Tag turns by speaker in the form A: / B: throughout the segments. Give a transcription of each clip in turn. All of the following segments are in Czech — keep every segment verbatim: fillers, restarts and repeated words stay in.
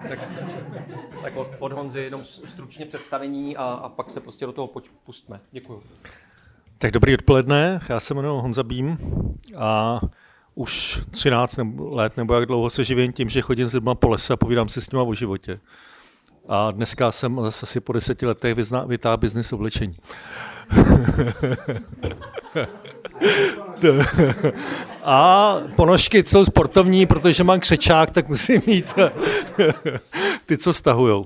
A: Tak, tak od, od Honzy jenom stručně představení a, a pak se prostě do toho pustíme. Děkuju.
B: Tak dobrý odpoledne, já se jmenuji Honza Bím a už třináct let nebo jak dlouho se živím tím, že chodím s lidma po lese a povídám si s nima o životě. A dneska jsem zase asi po deseti letech vytáhl biznis oblečení. A ponožky jsou sportovní, protože mám křečák, tak musím mít ty, co stahujou.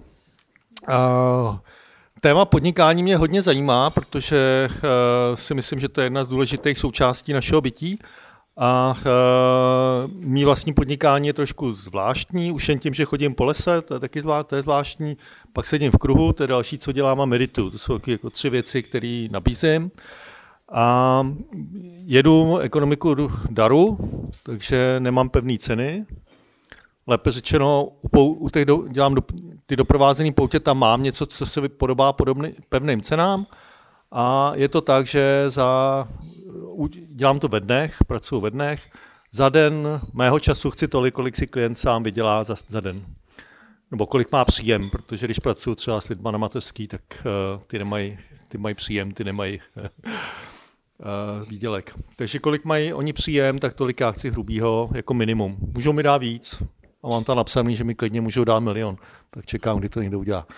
B: Téma podnikání mě hodně zajímá, protože si myslím, že to je jedna z důležitých součástí našeho bytí. A mý vlastní podnikání je trošku zvláštní, už jen tím, že chodím po lese, to je taky zvlá, to je zvláštní. Pak sedím v kruhu, to je další, co dělám, a medituju. To jsou jako tři věci, které nabízím. A jedu ekonomiku daru, takže nemám pevné ceny. Lépe řečeno, u těch do, dělám do, ty doprovázené poutě, tam mám něco, co se podobá podobný, pevným cenám. A je to tak, že za, dělám to ve dnech, pracuji ve dnech. Za den mého času chci tolik, kolik si klient sám vydělá za, za den. Nebo kolik má příjem, protože když pracuji třeba s lidma na mateřský, tak uh, ty, nemají, ty mají příjem, ty nemají uh, výdělek. Takže kolik mají oni příjem, tak tolik já chci hrubýho jako minimum. Můžou mi dát víc a mám tam napsaný, že mi klidně můžou dát milion. Tak čekám, kdy to někdo udělá.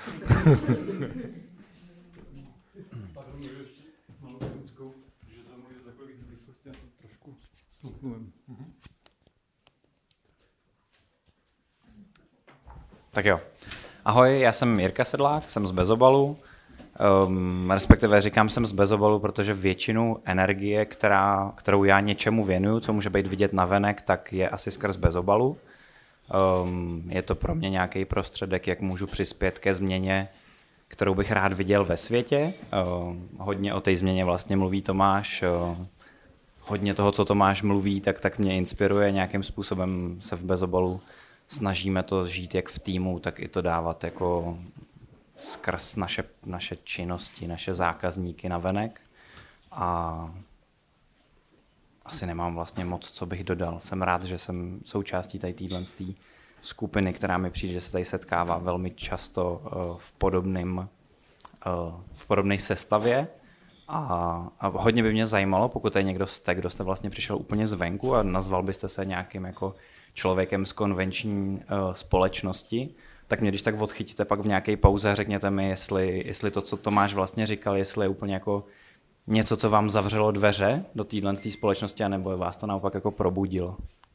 C: Tak jo. Ahoj, já jsem Jirka Sedlák, jsem z Bezobalu. Um, respektive říkám jsem z Bezobalu, protože většinu energie, která, kterou já něčemu věnuju, co může být vidět navenek, tak je asi skrz Bezobalu. Um, je to pro mě nějaký prostředek, jak můžu přispět ke změně, kterou bych rád viděl ve světě. Um, hodně o té změně vlastně mluví Tomáš. Um, hodně toho, co Tomáš mluví, tak, tak mě inspiruje. Nějakým způsobem se v Bezobalu snažíme to žít jak v týmu, tak i to dávat jako skrz naše, naše činnosti, naše zákazníky navenek. A asi nemám vlastně moc, co bych dodal. Jsem rád, že jsem součástí tady téhle skupiny, která mi přijde, že se tady setkává velmi často v podobném, v podobné sestavě. A, a hodně by mě zajímalo, pokud je někdo jste, kdo jste vlastně přišel úplně zvenku a nazval byste se nějakým jako člověkem z konvenční uh, společnosti, tak mě když tak odchytíte pak v nějaké pauze a řekněte mi, jestli, jestli to, co Tomáš vlastně říkal, jestli je úplně jako něco, co vám zavřelo dveře do téhle společnosti, anebo vás to naopak jako probudilo.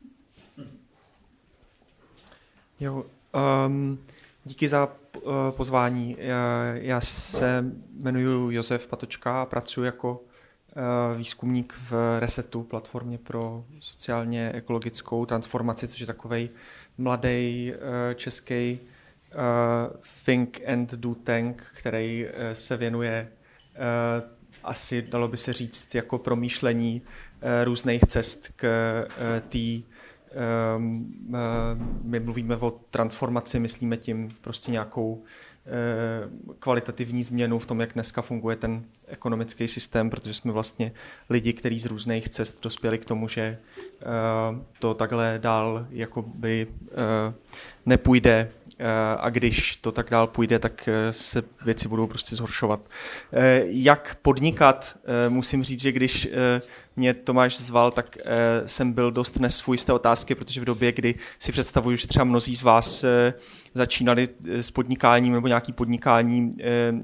D: Jo, um, díky za uh, pozvání. Já, já se jmenuji Josef Patočka a pracuji jako uh, výzkumník v Resetu, platformě pro sociálně ekologickou transformaci, což je takovej mladý uh, český uh, think and do tank, který uh, se věnuje uh, asi, dalo by se říct, jako promýšlení uh, různých cest k uh, té Um, uh, my mluvíme o transformaci, myslíme tím prostě nějakou uh, kvalitativní změnu v tom, jak dneska funguje ten ekonomický systém, protože jsme vlastně lidi, kteří z různých cest dospěli k tomu, že uh, to takhle dál jakoby uh, nepůjde. A když to tak dál půjde, tak se věci budou prostě zhoršovat. Jak podnikat, musím říct, že když mě Tomáš zval, tak jsem byl dost nesvůj z té otázky, protože v době, kdy si představuju, že třeba mnozí z vás začínali s podnikáním nebo nějaký podnikání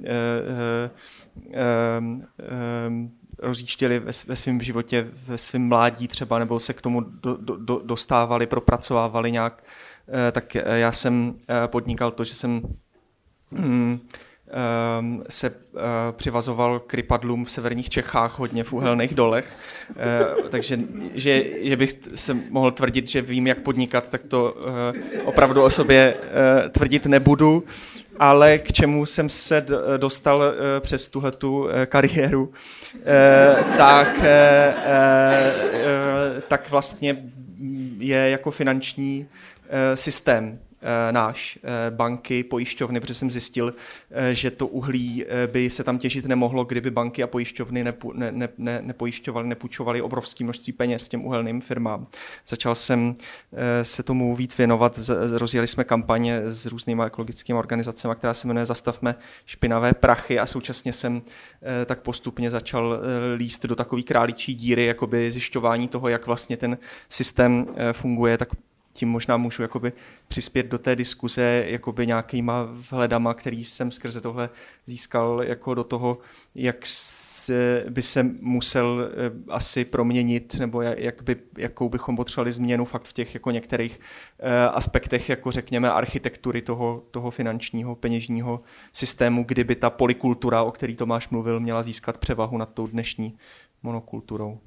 D: rozjížděli ve, ve svém životě, ve svém mládí třeba, nebo se k tomu do, do, dostávali, propracovávali nějak, tak já jsem podnikal to, že jsem se přivazoval k rypadlům v severních Čechách, hodně v uhelných dolech, takže že, že bych se mohl tvrdit, že vím, jak podnikat, tak to opravdu o sobě tvrdit nebudu, ale k čemu jsem se dostal přes tuhletu kariéru, tak, tak vlastně je jako finanční systém. náš, banky, pojišťovny, protože jsem zjistil, že to uhlí by se tam těžit nemohlo, kdyby banky a pojišťovny nepo, ne, ne, ne, nepojišťovaly, nepůjčovaly obrovské množství peněz těm uhelným firmám. Začal jsem se tomu víc věnovat, rozjeli jsme kampaně s různými ekologickými organizacemi, která se jmenuje Zastavme špinavé prachy a současně jsem tak postupně začal líst do takové králičí díry, jakoby zjišťování toho, jak vlastně ten systém funguje, tak tím možná můžu jakoby přispět do té diskuze jakoby nějakýma vhledama, který jsem skrze tohle získal jako do toho, jak se, by se musel asi proměnit, nebo jak by, jakou bychom potřebovali změnu fakt v těch jako některých aspektech, jako řekněme architektury toho, toho finančního, peněžního systému, kdyby ta polikultura, o který Tomáš mluvil, měla získat převahu nad tou dnešní monokulturou.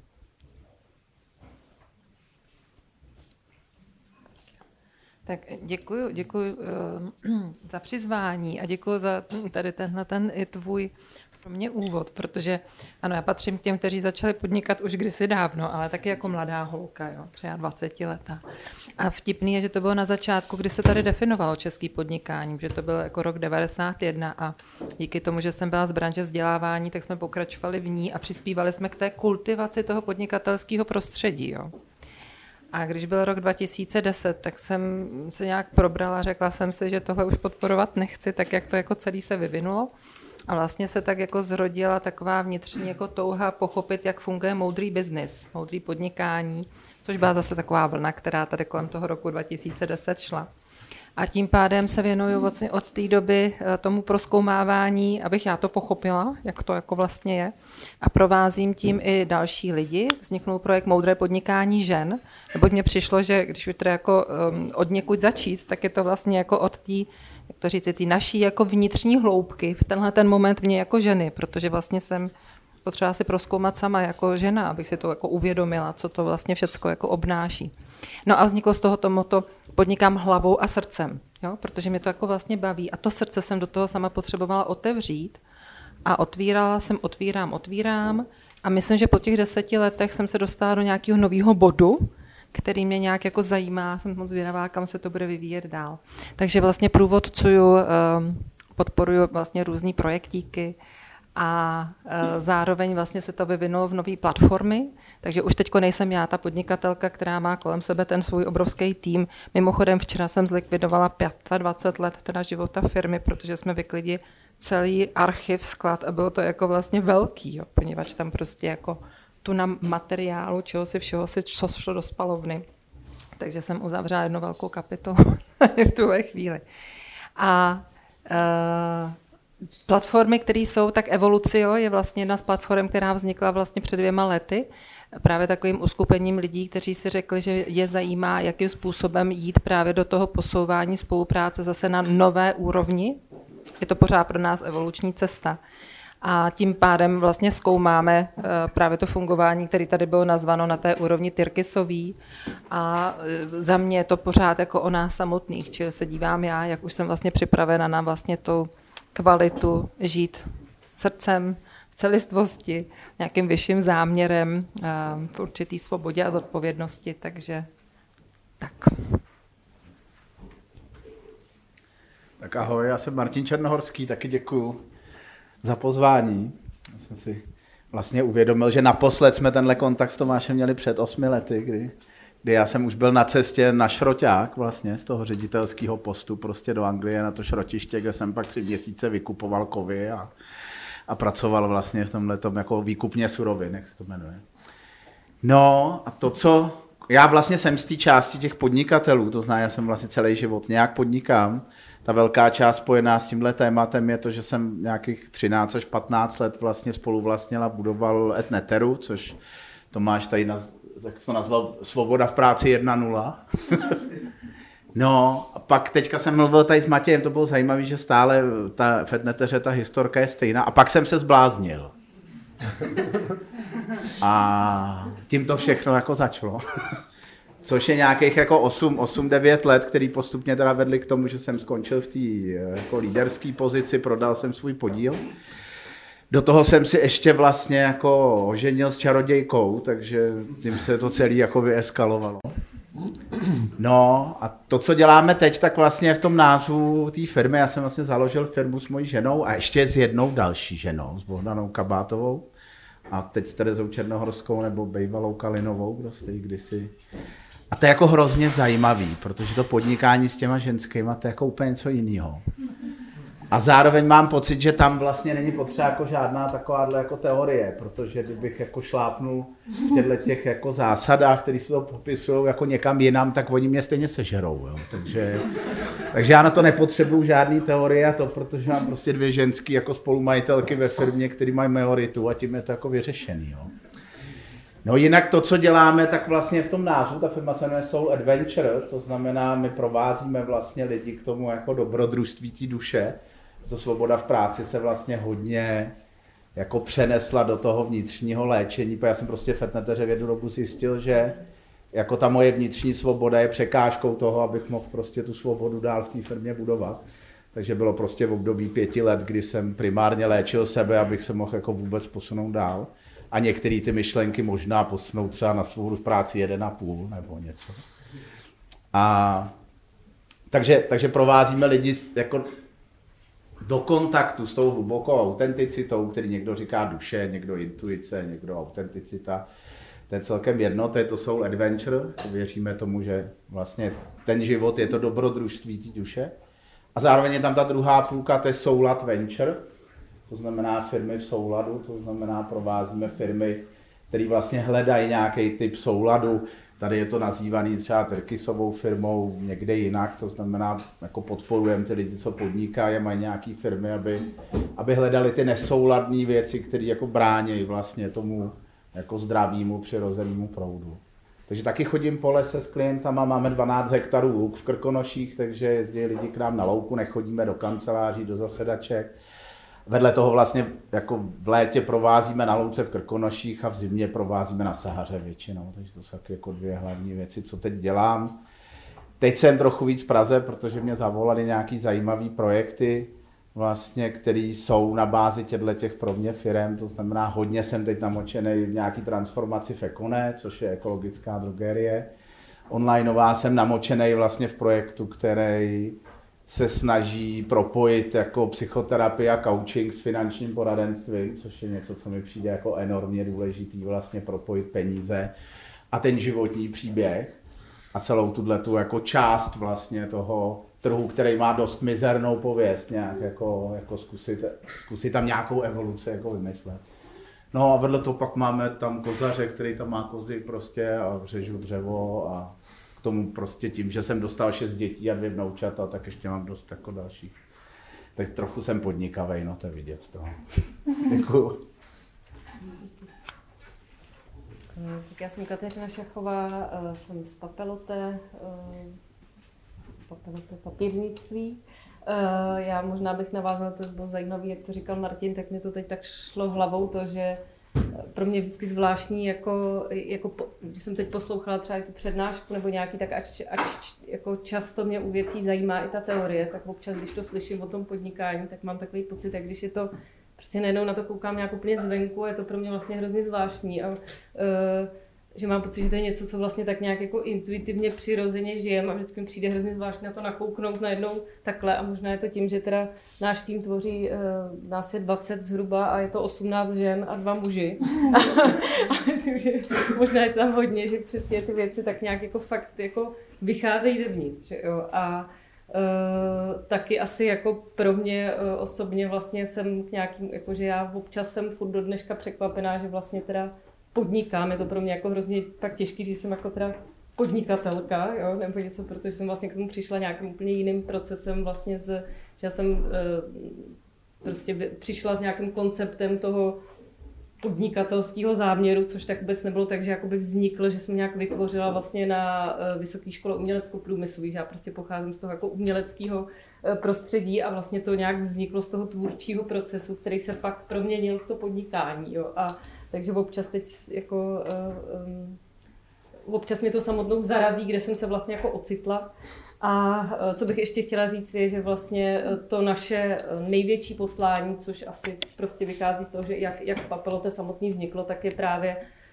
E: Tak děkuji, děkuji uh, za přizvání a děkuji za tady tenhle ten i tvůj pro mě úvod, protože ano, já patřím k těm, kteří začali podnikat už kdysi dávno, ale taky jako mladá holka, jo, třeba dvacetiletá. A vtipný je, že to bylo na začátku, kdy se tady definovalo český podnikání, že to byl jako rok devadesát jedna a díky tomu, že jsem byla z branže vzdělávání, tak jsme pokračovali v ní a přispívali jsme k té kultivaci toho podnikatelského prostředí, jo. A když byl rok dva tisíce deset, tak jsem se nějak probrala, řekla jsem si, že tohle už podporovat nechci, tak jak to jako celý se vyvinulo. A vlastně se tak jako zrodila taková vnitřní jako touha pochopit, jak funguje moudrý biznis, moudrý podnikání, což byla zase taková vlna, která tady kolem toho roku dva tisíce deset šla. A tím pádem se věnuju vlastně od té doby tomu prozkoumávání, abych já to pochopila, jak to jako vlastně je. A provázím tím i další lidi. Vzniknul projekt Moudré podnikání žen, neboť mně přišlo, že když už teda jako um, od někud začít, tak je to vlastně jako od té, jak to říct, té naší jako vnitřní hloubky v tenhle ten moment mě jako ženy, protože vlastně jsem potřeba si prozkoumat sama jako žena, abych si to jako uvědomila, co to vlastně všecko jako obnáší. No a vzniklo z toho to moto podnikám hlavou a srdcem, jo? Protože mě to jako vlastně baví a to srdce jsem do toho sama potřebovala otevřít a otvírala jsem, otvírám, otvírám a myslím, že po těch deseti letech jsem se dostala do nějakého nového bodu, který mě nějak jako zajímá, jsem moc zvědavá, kam se to bude vyvíjet dál. Takže vlastně průvodcuju, podporuju vlastně různý projektíky, a e, zároveň vlastně se to vyvinulo v nové platformy, takže už teďko nejsem já ta podnikatelka, která má kolem sebe ten svůj obrovský tým. Mimochodem včera jsem zlikvidovala dvacet pět let teda života firmy, protože jsme vyklidili celý archiv, sklad a bylo to jako vlastně velký, jo, poněvadž tam prostě jako tu na materiálu, čeho si všeho si co šlo do spalovny. Takže jsem uzavřela jednu velkou kapitolu v tuhle chvíli. A e, platformy, které jsou, tak Evolucio je vlastně jedna z platform, která vznikla vlastně před dvěma lety, právě takovým uskupením lidí, kteří si řekli, že je zajímá, jakým způsobem jít právě do toho posouvání spolupráce zase na nové úrovni. Je to pořád pro nás evoluční cesta. A tím pádem vlastně zkoumáme právě to fungování, které tady bylo nazváno na té úrovni Tyrkisový. A za mě je to pořád jako o nás samotných, čili se dívám já, jak už jsem vlastně připravena na vlastně tu kvalitu žít srdcem, v celistvosti, nějakým vyšším záměrem, v určitý svobodě a zodpovědnosti, takže tak.
F: Tak ahoj, já jsem Martin Černohorský, taky děkuju za pozvání. Já jsem si vlastně uvědomil, že naposled jsme tenhle kontakt s Tomášem měli před osmi lety, kdy, kdy já jsem už byl na cestě na šroťák vlastně z toho ředitelského postu prostě do Anglie na to šrotiště, kde jsem pak tři měsíce vykupoval kovy a, a pracoval vlastně v tomhletom jako výkupně surovin, jak se to jmenuje. No a to, co... Já vlastně jsem z té části těch podnikatelů, to znamená, já jsem vlastně celý život nějak podnikám. Ta velká část spojená s tímhle tématem je to, že jsem nějakých třináct až patnáct let vlastně spoluvlastnil a budoval Etneteru, což Tomáš tady naz, tak to nazval Svoboda v práci jedna nula. No a pak teďka jsem mluvil tady s Matějem, to bylo zajímavé, že stále ta, v Etneteře ta historka je stejná a pak jsem se zbláznil. A tím to všechno jako začalo. Což je nějakých jako osm devět let, který postupně teda vedli k tomu, že jsem skončil v té jako líderské pozici, prodal jsem svůj podíl. Do toho jsem si ještě vlastně jako oženil s čarodějkou, takže tím se to celé jako vyeskalovalo. No a to, co děláme teď, tak vlastně v tom názvu té firmy, já jsem vlastně založil firmu s mojí ženou a ještě s jednou další ženou, s Bohdanou Kabátovou a teď s Terezou Černohorskou nebo Bejvalou Kalinovou, kdo jste jí kdysi. A to je jako hrozně zajímavý, protože to podnikání s těma ženskýma, to je jako úplně něco jiného. A zároveň mám pocit, že tam vlastně není potřeba jako žádná takováhle jako teorie, protože kdybych jako šlápnul v těchto těch jako zásadách, které se to popisují jako někam jinam, tak oni mě stejně sežerou. Jo. Takže, takže já na to nepotřebuju žádný teorie a to, protože mám prostě dvě ženský jako spolumajitelky ve firmě, které mají majoritu a tím je to jako vyřešený. Jo. No jinak to, co děláme, tak vlastně v tom názvu, ta firma se jmenuje Soul Adventure, to znamená, my provázíme vlastně lidi k tomu jako dobrodružství té duše. To svoboda v práci se vlastně hodně jako přenesla do toho vnitřního léčení, protože já jsem prostě v Fetneteře v jednu dobu zjistil, že jako ta moje vnitřní svoboda je překážkou toho, abych mohl prostě tu svobodu dál v té firmě budovat. Takže bylo prostě v období pěti let, kdy jsem primárně léčil sebe, abych se mohl jako vůbec posunout dál. A některé ty myšlenky možná posunout třeba na svobodu v práci jeden a půl nebo něco. A takže, takže provázíme lidi jako do kontaktu s tou hlubokou autenticitou, který někdo říká duše, někdo intuice, někdo autenticita. To je celkem jedno, to je to Soul Adventure. Věříme tomu, že vlastně ten život je to dobrodružství té duše. A zároveň je tam ta druhá půlka, to je Soul Adventure. To znamená firmy v souladu, to znamená provázíme firmy, které vlastně hledají nějaký typ souladu. Tady je to nazývaný třeba Terkisovou firmou, někde jinak, to znamená, jako podporujeme ty lidi, co podnikají a mají nějaké firmy, aby, aby hledali ty nesouladné věci, které jako brání vlastně tomu jako zdravému, přirozenému proudu. Takže taky chodím po lese s klientama, máme dvanáct hektarů luk v Krkonoších, takže jezdí lidi k nám na louku, nechodíme do kanceláří, do zasedaček. Vedle toho vlastně jako v létě provázíme na louce v Krkonoších a v zimě provázíme na Sahaře většinou. Takže to jsou jako dvě hlavní věci, co teď dělám. Teď jsem trochu víc v Praze, protože mě zavolali nějaký zajímavý projekty, vlastně, které jsou na bázi těch pro mě firem. To znamená, hodně jsem teď namočený v nějaký transformaci v Ekone, což je ekologická drogerie. Onlineová jsem namočený vlastně v projektu, který se snaží propojit jako psychoterapii a coaching s finančním poradenstvím, což je něco, co mi přijde jako enormně důležitý, vlastně propojit peníze a ten životní příběh a celou tuto jako část vlastně toho trhu, který má dost mizernou pověst, nějak jako, jako zkusit, zkusit tam nějakou evoluci jako vymyslet. No a vedle toho pak máme tam kozaře, který tam má kozy prostě a řežu dřevo a k tomu prostě tím, že jsem dostal šest dětí a dvě vnoučata, tak ještě mám dost jako dalších. Tak trochu jsem podnikavej, no to je vidět z toho. Děkuju.
G: Tak já jsem Kateřina Šachová, jsem z Papelote, Papelote papírnictví. Já možná bych navázala, to bylo zajímavé, jak to říkal Martin, tak mi to teď tak šlo hlavou to, že pro mě vždycky zvláštní, jako, jako po, když jsem teď poslouchala třeba tu přednášku nebo nějaký, tak ač, ač jako často mě u věcí zajímá i ta teorie, tak občas, když to slyším o tom podnikání, tak mám takový pocit, jak když je to, prostě najednou na to koukám nějak úplně zvenku, je to pro mě vlastně hrozně zvláštní. A, uh, že mám pocit, že to je něco, co vlastně tak nějak jako intuitivně, přirozeně žijem a vždycky mi přijde hrozně zvláštní na to nakouknout najednou takhle a možná je to tím, že teda náš tým tvoří, uh, nás je dvacet zhruba a je to osmnáct žen a dva muži. A myslím, že možná je tam hodně, že přesně ty věci tak nějak jako fakt jako vycházejí zevnitř. Jo? A Uh, taky asi jako pro mě uh, osobně vlastně jsem k nějakým, jakože já občas jsem furt do dneška překvapená, že vlastně teda podnikám, je to pro mě jako hrozně tak těžký, že jsem jako teda podnikatelka, jo, nebo něco, protože jsem vlastně k tomu přišla nějakým úplně jiným procesem vlastně, z, že já jsem uh, prostě přišla s nějakým konceptem toho podnikatelského záměru, což tak vůbec nebylo tak, že jakoby vznikl, že jsem nějak vytvořila vlastně na Vysoké škole umělecko-průmyslový, že já prostě pocházím z toho jako uměleckého prostředí a vlastně to nějak vzniklo z toho tvůrčího procesu, který se pak proměnil v to podnikání, jo. A takže občas teď jako um, občas mě to samotnou zarazí, kde jsem se vlastně jako ocitla. A co bych ještě chtěla říct je, že vlastně to naše největší poslání, což asi prostě vychází z toho, že jak, jak Papelote samotný vzniklo, tak je právě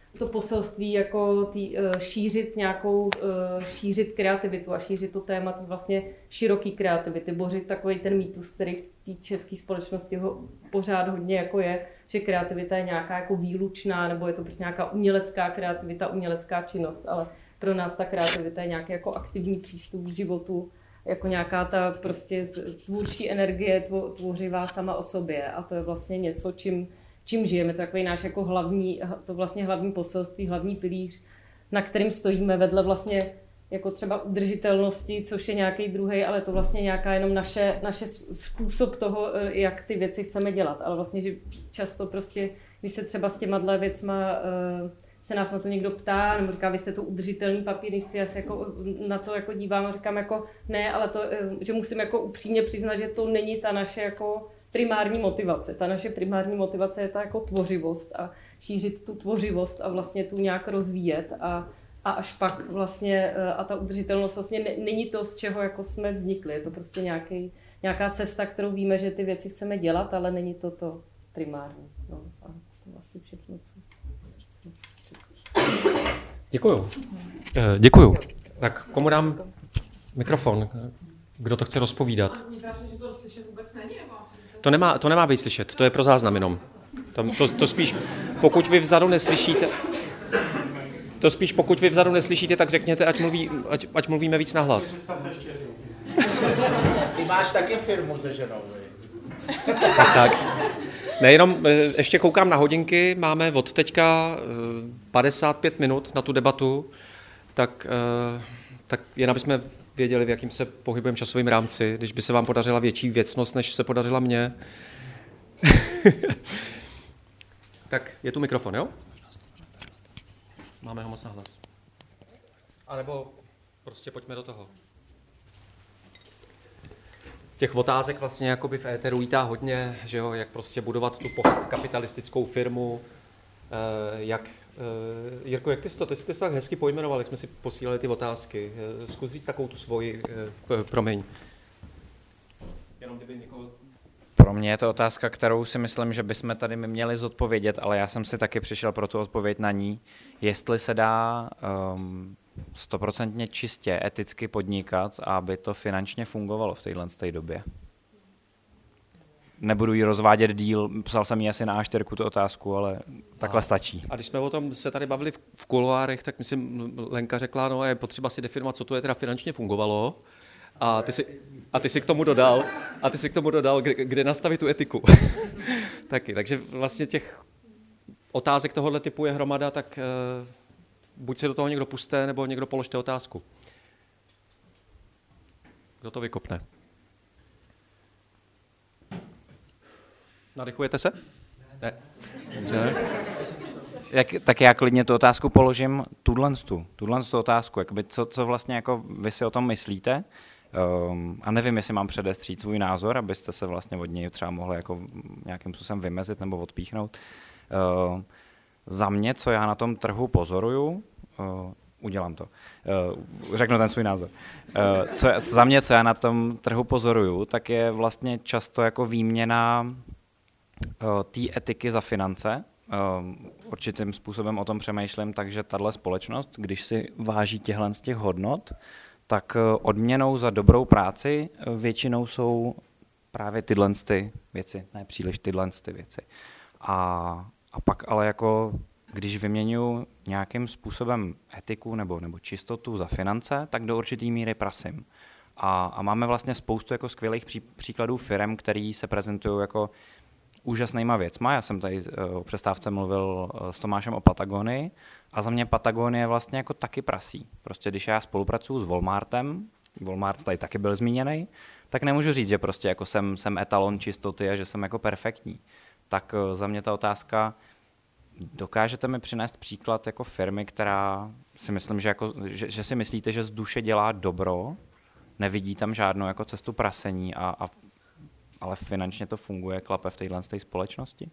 G: to poselství, jako tý, šířit nějakou, šířit kreativitu a šířit to téma tý vlastně široký kreativity, bořit takový ten mýtus, který v té české společnosti ho pořád hodně jako je, že kreativita je nějaká jako výlučná, nebo je to prostě nějaká umělecká kreativita, umělecká činnost, ale pro nás ta kreativita je nějaký jako aktivní přístup k životu, jako nějaká ta prostě tvůrčí energie tvořivá sama o sobě a to je vlastně něco, čím, čím žijeme, to je takový náš jako hlavní, to vlastně hlavní poselství, hlavní pilíř, na kterým stojíme vedle vlastně jako třeba udržitelnosti, což je nějaký druhý, ale to vlastně nějaká jenom naše, naše způsob toho, jak ty věci chceme dělat, ale vlastně, že často prostě, když se třeba s těma dle věcma se nás na to někdo ptá, nebo říká, vy jste to udržitelný papírnictví, já se jako na to jako dívám a říkám jako ne, ale to, že musím jako upřímně přiznat, že to není ta naše jako primární motivace. Ta naše primární motivace je ta jako tvořivost a šířit tu tvořivost a vlastně tu nějak rozvíjet a, a až pak vlastně a ta udržitelnost vlastně ne, není to, z čeho jako jsme vznikli. Je to prostě nějaký, nějaká cesta, kterou víme, že ty věci chceme dělat, ale není to to primární. No, a to asi všechno, co...
A: Děkuju. Děkuju. Tak komu dám mikrofon? Kdo to chce rozpovídat? To nemá, to nemá být slyšet, to je pro záznam jenom. To, to, to spíš, pokud vy vzadu neslyšíte, to spíš pokud vy vzadu neslyšíte, tak řekněte, ať, mluví, ať, ať mluvíme víc nahlas.
F: Ty máš taky firmu se ženou,
A: Tak. Nejenom, ještě koukám na hodinky, máme od teďka padesát pět minut na tu debatu, tak, tak jen aby jsme věděli, v jakým se pohybujeme časovým rámci, když by se vám podařila větší věcnost, než se podařila mně. Tak je tu mikrofon, jo? Máme ho moc nahlas. A nebo prostě pojďme do toho. Těch otázek vlastně jakoby v éteru lítá hodně, že jo, jak prostě budovat tu postkapitalistickou firmu, jak, Jirko, jak ty jsi to, ty jsi to tak hezky pojmenoval, jak jsme si posílali ty otázky. Zkus říct takovou tu svoji, promiň. Jenom kdyby někoho...
C: Pro mě je to otázka, kterou si myslím, že bychom tady měli zodpovědět, ale já jsem si taky přišel pro tu odpověď na ní. Jestli se dá stoprocentně um, čistě eticky podnikat, aby to finančně fungovalo v téhle té době. Nebudu ji rozvádět díl, psal jsem jí asi na á čtyři tu otázku, ale takhle a, stačí.
A: A když jsme o tom se tady bavili v, v kuloárech, tak myslím, Lenka řekla, no je potřeba si definovat, co to je teda finančně fungovalo. A ty si, a ty si k tomu dodal, a ty si k tomu dodal, kde, kde nastavit tu etiku. Taky, takže vlastně těch otázek tohohle typu je hromada, tak uh, buď se do toho někdo puste, nebo někdo položte otázku. Kdo to vykopne? Nadechujete se? Ne. Dobře.
C: Jak, tak já klidně tu otázku položím, tuhle tu, tuhle tu otázku, jakoby co, co vlastně jako vy si o tom myslíte, um, a nevím, jestli mám předestřít svůj názor, abyste se vlastně od něj třeba mohli jako nějakým způsobem vymezit nebo odpíchnout. Uh, za mě, co já na tom trhu pozoruju, uh, udělám to, uh, řeknu ten svůj názor. Uh, co, za mě, co já na tom trhu pozoruju, tak je vlastně často jako výměna uh, té etiky za finance. Uh, určitým způsobem o tom přemýšlím, takže tahle společnost, když si váží těchhle z těch hodnot, tak uh, odměnou za dobrou práci uh, většinou jsou právě tyhle ty věci, ne příliš tyhle ty věci. A, a pak ale jako, když vyměňuji nějakým způsobem etiku nebo, nebo čistotu za finance, tak do určitý míry prasím. A, a máme vlastně spoustu jako skvělých pří, příkladů firem, který se prezentují jako úžasnýma věcma. Já jsem tady o přestávce mluvil s Tomášem o Patagonii a za mě Patagonie vlastně jako taky prasí. Prostě když já spolupracuju s Walmartem, Walmart tady taky byl zmíněný, tak nemůžu říct, že prostě jako jsem, jsem etalon čistoty a že jsem jako perfektní. Tak za mě ta otázka, dokážete mi přinést příklad jako firmy, která si myslím, že, jako, že, že si myslíte, že z duše dělá dobro, nevidí tam žádnou jako cestu prasení a, a ale finančně to funguje, klape v téhle společnosti?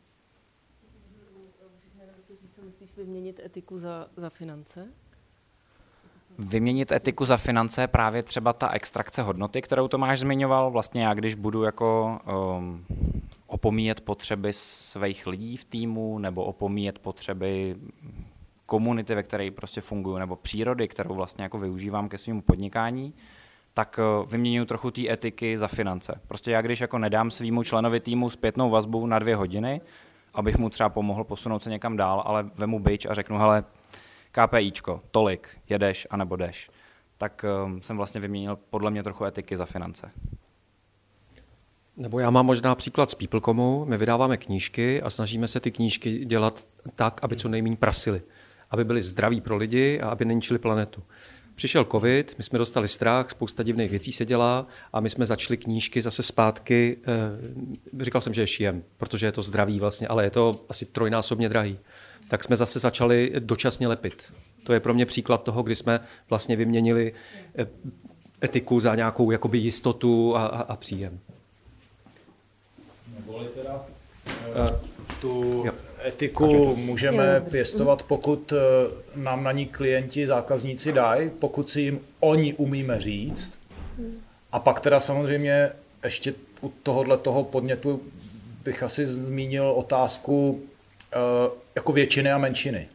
G: Co myslíš vyměnit etiku za, za finance?
C: Vyměnit etiku za finance je právě třeba ta extrakce hodnoty, kterou Tomáš zmiňoval. Vlastně já, když budu jako um, opomíjet potřeby svých lidí v týmu nebo opomíjet potřeby komunity, ve které prostě fungují, nebo přírody, kterou vlastně jako využívám ke svému podnikání, tak vyměňuji trochu té etiky za finance. Prostě já když jako nedám svýmu členovi týmu zpětnou vazbu na dvě hodiny, abych mu třeba pomohl posunout se někam dál, ale vemu bič a řeknu, hele, KPIčko, tolik, jedeš anebo jdeš, tak um, jsem vlastně vyměnil podle mě trochu etiky za finance.
A: Nebo já mám možná příklad z PeopleComu, my vydáváme knížky a snažíme se ty knížky dělat tak, aby co nejméně prasily, aby byly zdraví pro lidi a aby neničili planetu. Přišel covid, my jsme dostali strach, spousta divných věcí se dělá a my jsme začali knížky zase zpátky, eh, říkal jsem, že je šijem, protože je to zdraví vlastně, ale je to asi trojnásobně drahý. Tak jsme zase začali dočasně lepit. To je pro mě příklad toho, kdy jsme vlastně vyměnili etiku za nějakou jakoby jistotu a, a, a příjem.
H: Neboli teda tu jo. etiku můžeme pěstovat, pokud nám na ní klienti, zákazníci dají, pokud si jim oni umíme říct. A pak teda samozřejmě ještě u tohohle toho podnětu bych asi zmínil otázku jako většiny a menšiny.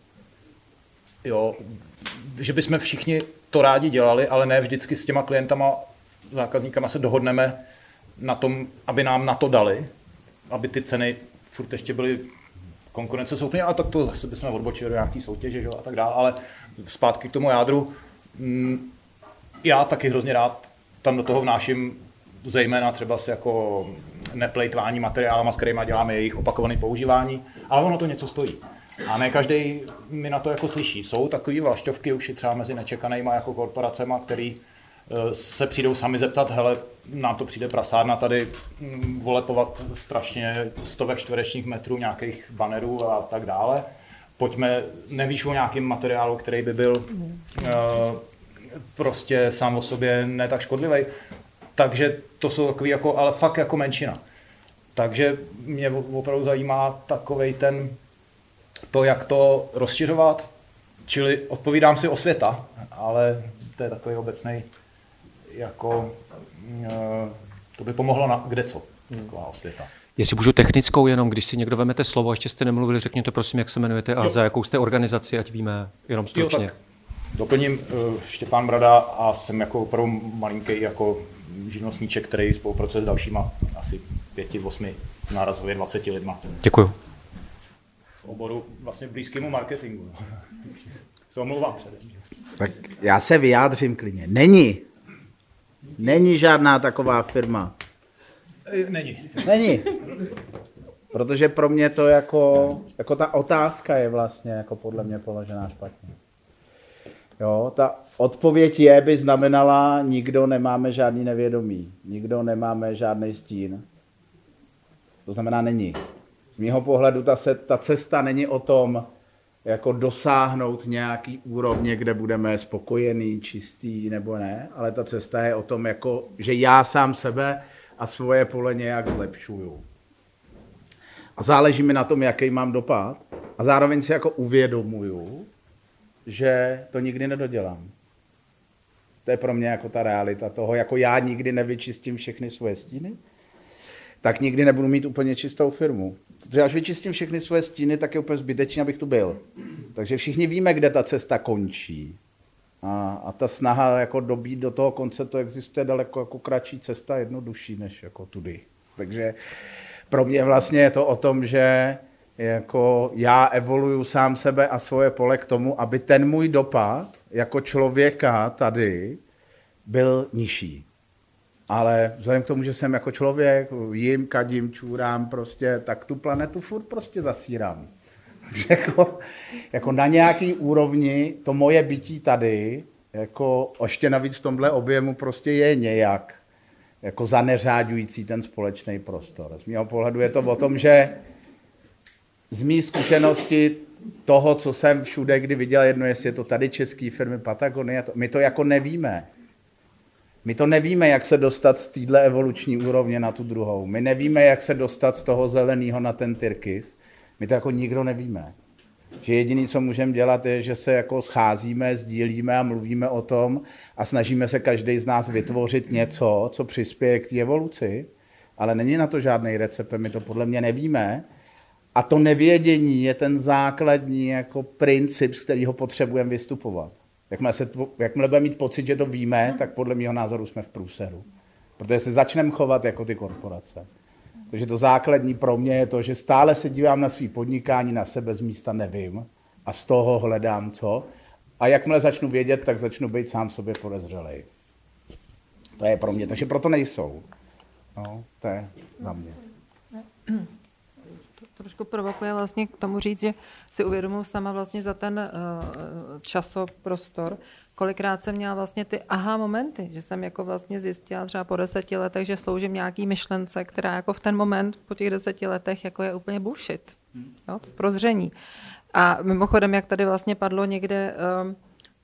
H: Jo, že bychom všichni to rádi dělali, ale ne vždycky s těma klientama, zákazníkama se dohodneme na tom, aby nám na to dali, aby ty ceny furt ještě byly konkurenceschopné, a tak to zase bychom odbočili do nějaký soutěže, že, a tak dále, ale zpátky k tomu jádru. Já taky hrozně rád tam do toho vnáším zejména třeba si jako neplejtvání materiálama, s kterýma děláme jejich opakované používání, ale ono to něco stojí. A ne každý mi na to jako slyší. Jsou takový vlašťovky už i třeba mezi nečekanýma jako korporacema, který se přijdou sami zeptat, hele, nám to přijde prasárna tady volepovat strašně stovek čtverečních metrů nějakých bannerů a tak dále. Pojďme, nevíš o nějakém materiálu, který by byl uh, prostě sám o sobě ne tak škodlivý. Takže to jsou takový jako, ale fakt jako menšina. Takže mě opravdu zajímá takovej ten, to, jak to rozšiřovat, čili odpovídám si osvěta, ale to je takový obecný, jako to by pomohlo na kdeco, taková osvěta.
A: Jestli můžu technickou jenom, když si někdo vemete slovo, ještě jste nemluvili, řekněte prosím, jak se jmenujete a jo. za jakou jste organizaci, ať víme, jenom stručně. Jo, tak
H: doplním, Štěpán Brada a jsem jako opravdu malinký jako živnostníček, který spolupracuje s dalšíma asi pěti, osmi, nárazově dvaceti lidma.
A: Děkuju.
H: V oboru vlastně blízkému marketingu. Se omlouvám předem.
F: Tak já se vyjádřím klidně. Není. Není žádná taková firma.
H: Není.
F: Není. Protože pro mě to jako, jako ta otázka je vlastně jako podle mě položená špatně. Jo, ta odpověď je, by znamenala, nikdo nemáme žádný nevědomí, nikdo nemáme žádný stín. To znamená není. Z mýho pohledu ta, se, ta cesta není o tom, jako dosáhnout nějaký úrovně, kde budeme spokojení, čistý nebo ne, ale ta cesta je o tom, jako, že já sám sebe a svoje pole nějak zlepšuju. A záleží mi na tom, jaký mám dopad a zároveň si jako uvědomuju, že to nikdy nedodělám. To je pro mě jako ta realita toho, jako já nikdy nevyčistím všechny svoje stíny, tak nikdy nebudu mít úplně čistou firmu. Protože až vyčistím všechny svoje stíny, tak je úplně zbytečný, abych tu byl. Takže všichni víme, kde ta cesta končí. A, a ta snaha jako dobít do toho konce, to existuje daleko jako kratší cesta, jednodušší než jako tudy. Takže pro mě vlastně je to o tom, že jako já evoluju sám sebe a svoje pole k tomu, aby ten můj dopad jako člověka tady byl nižší. Ale vzhledem k tomu, že jsem jako člověk, jim, kadím, čůrám, prostě, tak tu planetu furt prostě zasírám. Takže jako, jako na nějaký úrovni to moje bytí tady, jako ještě navíc v tomhle objemu prostě je nějak jako zaneřáďující ten společný prostor. Z mého pohledu je to o tom, že z mý zkušenosti toho, co jsem všude kdy viděl, jedno, jestli je to tady české firmy Patagonie, to, my to jako nevíme. My to nevíme, jak se dostat z téhle evoluční úrovně na tu druhou. My nevíme, jak se dostat z toho zeleného na ten tyrkys. My to jako nikdo nevíme. Že jediné, co můžeme dělat, je, že se jako scházíme, sdílíme a mluvíme o tom a snažíme se každý z nás vytvořit něco, co přispěje k té evoluci, ale není na to žádný recept, my to podle mě nevíme. A to nevědění je ten základní jako princip, z kterého potřebujeme vystupovat. Jakmile, se, jakmile budeme mít pocit, že to víme, tak podle mého názoru jsme v průseru. Protože se začneme chovat jako ty korporace. Takže to základní pro mě je to, že stále se dívám na svý podnikání, na sebe z místa nevím a z toho hledám co. A jakmile začnu vědět, tak začnu být sám sobě podezřelej. To je pro mě, takže proto nejsou. No, to je na mě.
E: To trošku provokuje vlastně k tomu říct, že si uvědomuji sama vlastně za ten uh, časoprostor, kolikrát jsem měla vlastně ty aha momenty, že jsem jako vlastně zjistila třeba po deseti letech, že sloužím nějaký myšlence, která jako v ten moment po těch deseti letech jako je úplně bullshit. Jo? Prozření. A mimochodem, jak tady vlastně padlo někde um,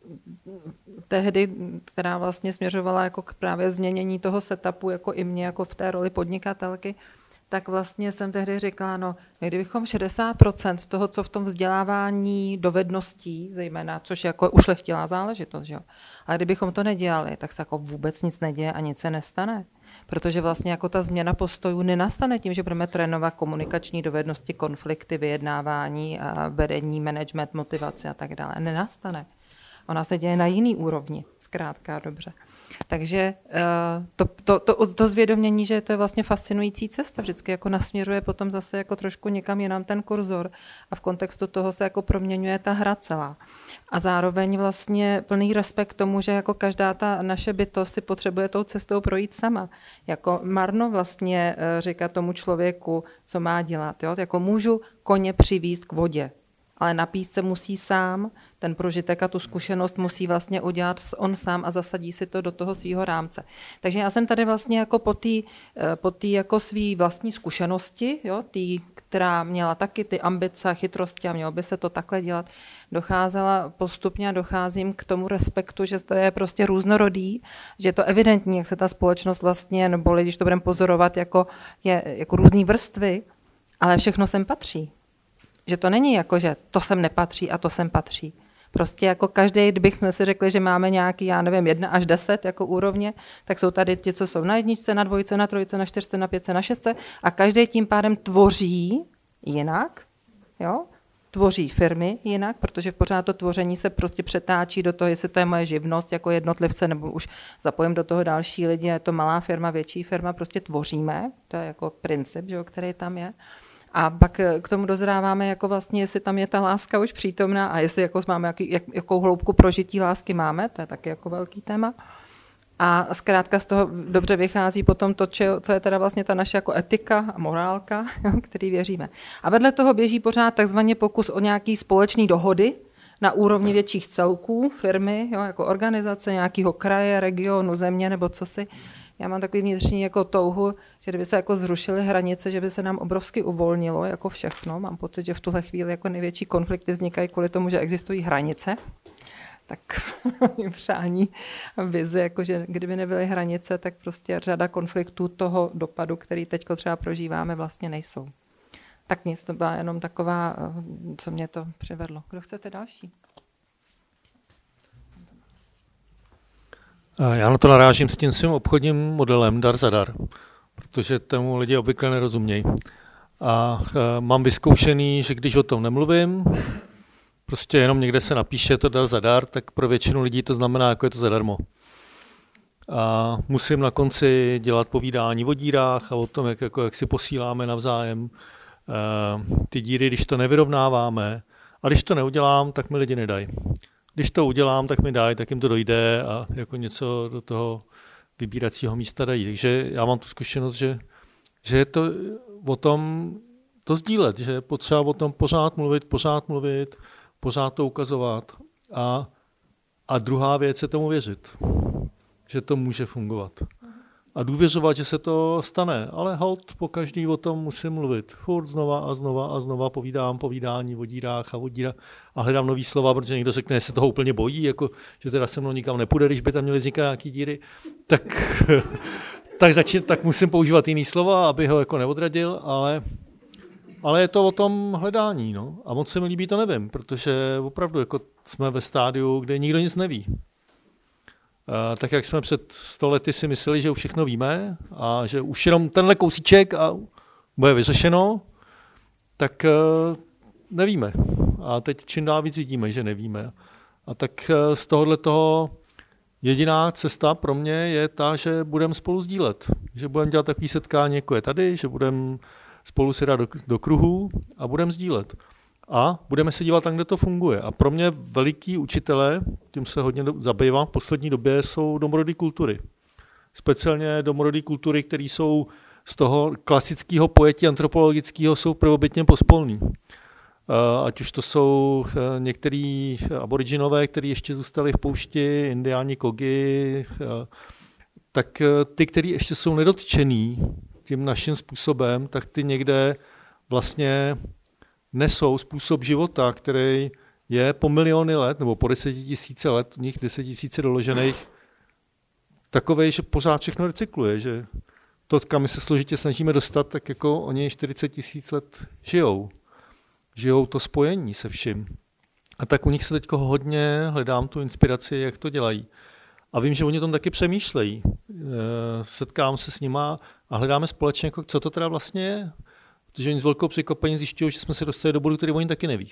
E: tehdy, která vlastně směřovala jako k právě změnění toho setupu, jako i mě, jako v té roli podnikatelky, tak vlastně jsem tehdy říkala, no, kdybychom šedesát procent toho, co v tom vzdělávání dovedností, zejména, což je jako ušlechtilá záležitost, že jo, ale kdybychom to nedělali, tak se jako vůbec nic neděje a nic se nestane. Protože vlastně jako ta změna postojů nenastane tím, že budeme trénovat komunikační dovednosti, konflikty, vyjednávání, a vedení, management, motivace a tak dále. Nenastane. Ona se děje na jiný úrovni, zkrátka dobře. Takže to, to, to, to zvědomění, že to je vlastně fascinující cesta, vždycky jako nasměruje potom zase jako trošku někam jinam ten kurzor a v kontextu toho se jako proměňuje ta hra celá. A zároveň vlastně plný respekt tomu, že jako každá ta naše bytost si potřebuje tou cestou projít sama. Jako marno vlastně říká tomu člověku, co má dělat. Jo? Jako můžu koně přivízt k vodě, ale napít se musí sám, ten prožitek a tu zkušenost musí vlastně udělat on sám a zasadí si to do toho svého rámce. Takže já jsem tady vlastně jako po té po tý jako svý vlastní zkušenosti, jo, tý, která měla taky ty ambice a chytrosti a mělo by se to takhle dělat, docházela postupně a docházím k tomu respektu, že to je prostě různorodý, že je to evidentní, jak se ta společnost vlastně, nebo když to budeme pozorovat, jako, je, jako různý vrstvy, ale všechno sem patří. Že to není jako, že to sem nepatří a to sem patří. Prostě jako každý, kdybychom si řekli, že máme nějaký, já nevím, jedna až deset jako úrovně, tak jsou tady ti, co jsou na jedničce, na dvojce, na trojce, na čtyřce, na pětce, na šestce a každý tím pádem tvoří jinak, jo? Tvoří firmy jinak, protože pořád to tvoření se prostě přetáčí do toho, jestli to je moje živnost jako jednotlivce, nebo už zapojím do toho další lidi, je to malá firma, větší firma, prostě tvoříme, to je jako princip, že, který tam je. A pak k tomu dozráváme, jako vlastně, jestli tam je ta láska už přítomná a jestli jako máme, jaký, jak, jakou hloubku prožití lásky máme, to je taky jako velký téma. A zkrátka z toho dobře vychází potom to, co je teda vlastně ta naše jako etika a morálka, který věříme. A vedle toho běží pořád takzvaně pokus o nějaký společný dohody na úrovni větších celků, firmy, jo, jako organizace nějakého kraje, regionu, země nebo co si. Já mám takový vnitřní jako touhu, že kdyby se jako zrušily hranice, že by se nám obrovsky uvolnilo jako všechno. Mám pocit, že v tuhle chvíli jako největší konflikty vznikají kvůli tomu, že existují hranice. Tak přání a vize, jako že kdyby nebyly hranice, tak prostě řada konfliktů toho dopadu, který teď třeba prožíváme, vlastně nejsou. Tak nic, to byla jenom taková, co mě to přivedlo. Kdo chcete další?
B: Já na to narážím s tím svým obchodním modelem dar za dar, protože tomu lidi obvykle nerozumějí. A mám vyzkoušený, že když o tom nemluvím, prostě jenom někde se napíše to dar za dar, tak pro většinu lidí to znamená, jako je to zadarmo. A musím na konci dělat povídání o dírách a o tom, jak, jako, jak si posíláme navzájem ty díry, když to nevyrovnáváme. A když to neudělám, tak mi lidi nedají. Když to udělám, tak mi dají, tak jim to dojde a jako něco do toho vybíracího místa dají. Takže já mám tu zkušenost, že, že je to o tom to sdílet, že je potřeba o tom pořád mluvit, pořád mluvit, pořád to ukazovat. A, a druhá věc je tomu věřit, že to může fungovat. A důvěřovat, že se to stane, ale holt po každý o tom musím mluvit. Furt znova a znova a znova povídám povídání o dírách a o dírách a hledám nový slova, protože někdo řekne, že se toho úplně bojí, jako, že teda se mnou nikam nepůjde, když by tam měly vznikat nějaký díry, tak, tak, začít, tak musím používat jiný slova, aby ho jako neodradil, ale, ale je to o tom hledání. No. A moc se mi líbí, to nevím, protože opravdu jako jsme ve stádiu, kde nikdo nic neví. Tak jak jsme před sto lety si mysleli, že už všechno víme a že už jenom tenhle kousíček a bude vyřešeno, tak nevíme. A teď čím dál víc vidíme, že nevíme. A tak z tohohle toho jediná cesta pro mě je ta, že budeme spolu sdílet. Že budeme dělat takový setkání, jako je tady, že budeme spolu si dát do, do kruhu a budeme sdílet. A budeme se dívat tam, kde to funguje. A pro mě veliký učitelé, tím se hodně zabývám v poslední době, jsou domorodé kultury. Speciálně domorodé kultury, které jsou z toho klasického pojetí antropologického, jsou prvobytně pospolní. Ať už to jsou některý aboriginové, kteří ještě zůstali v poušti, indiáni Kogi, tak ty, kteří ještě jsou nedotčený tím naším způsobem, tak ty někde vlastně nesou způsob života, který je po miliony let, nebo po desetitisíce let, u nich desetitisíce doložených, takovej, že pořád všechno recykluje, že to, kam my se složitě snažíme dostat, tak jako oni čtyřicet tisíc let žijou. Žijou to spojení se vším. A tak u nich se teď hodně hledám tu inspiraci, jak to dělají. A vím, že oni o tom taky přemýšlejí. Setkám se s nima a hledáme společně, jako, co to teda vlastně je. Protože oni s velkou překvapením zjišťují, že jsme se dostali do bodu, který oni taky neví.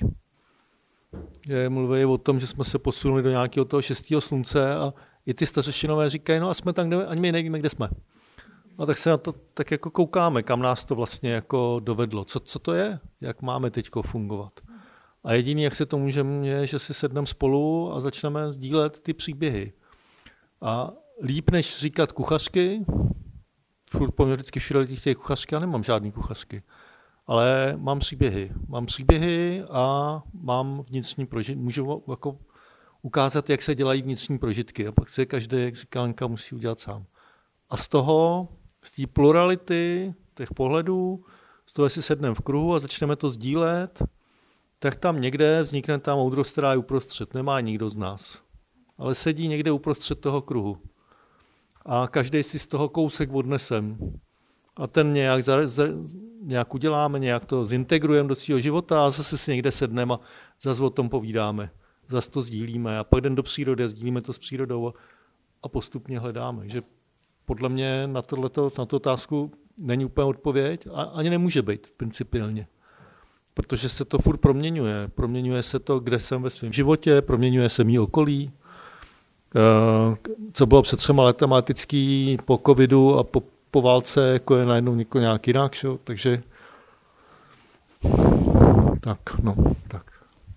B: Že mluví o tom, že jsme se posunuli do nějakého toho šestého slunce a i ty stařešinové říkají, no a jsme tam, kde ani my nevíme, kde jsme. A tak se na to tak jako koukáme, kam nás to vlastně jako dovedlo. Co, co to je? Jak máme teď fungovat? A jediný, jak se to můžeme, je, že si sedneme spolu a začneme sdílet ty příběhy. A líp, než říkat kuchařky, furt po mě vždycky všude chtějí kuchařky, já nemám žádný kuchařky. Ale mám příběhy. Mám příběhy a mám vnitřní prožitky. Můžu jako ukázat, jak se dělají vnitřní prožitky. A pak se každý, jak říká Lenka, musí udělat sám. A z toho, z té plurality těch pohledů, z toho, jestli sedneme v kruhu a začneme to sdílet, tak tam někde vznikne ta moudrost, která je uprostřed. Nemá nikdo z nás. Ale sedí někde uprostřed toho kruhu. A každý si z toho kousek odnesem. A ten nějak, za, za, nějak uděláme, nějak to zintegrujeme do svého života a zase si někde sedneme a zase o tom povídáme. Zase to sdílíme a pak jdeme do přírody a sdílíme to s přírodou a, a postupně hledáme. Že podle mě na, tohleto, na tu otázku není úplně odpověď a ani nemůže být principiálně. Protože se to furt proměňuje. Proměňuje se to, kde jsem ve svém životě, proměňuje se mý okolí. Co bylo před třema letama etický po covidu a po, po válce, jako je najednou nějak jinak. Šo? Takže tak, no, tak.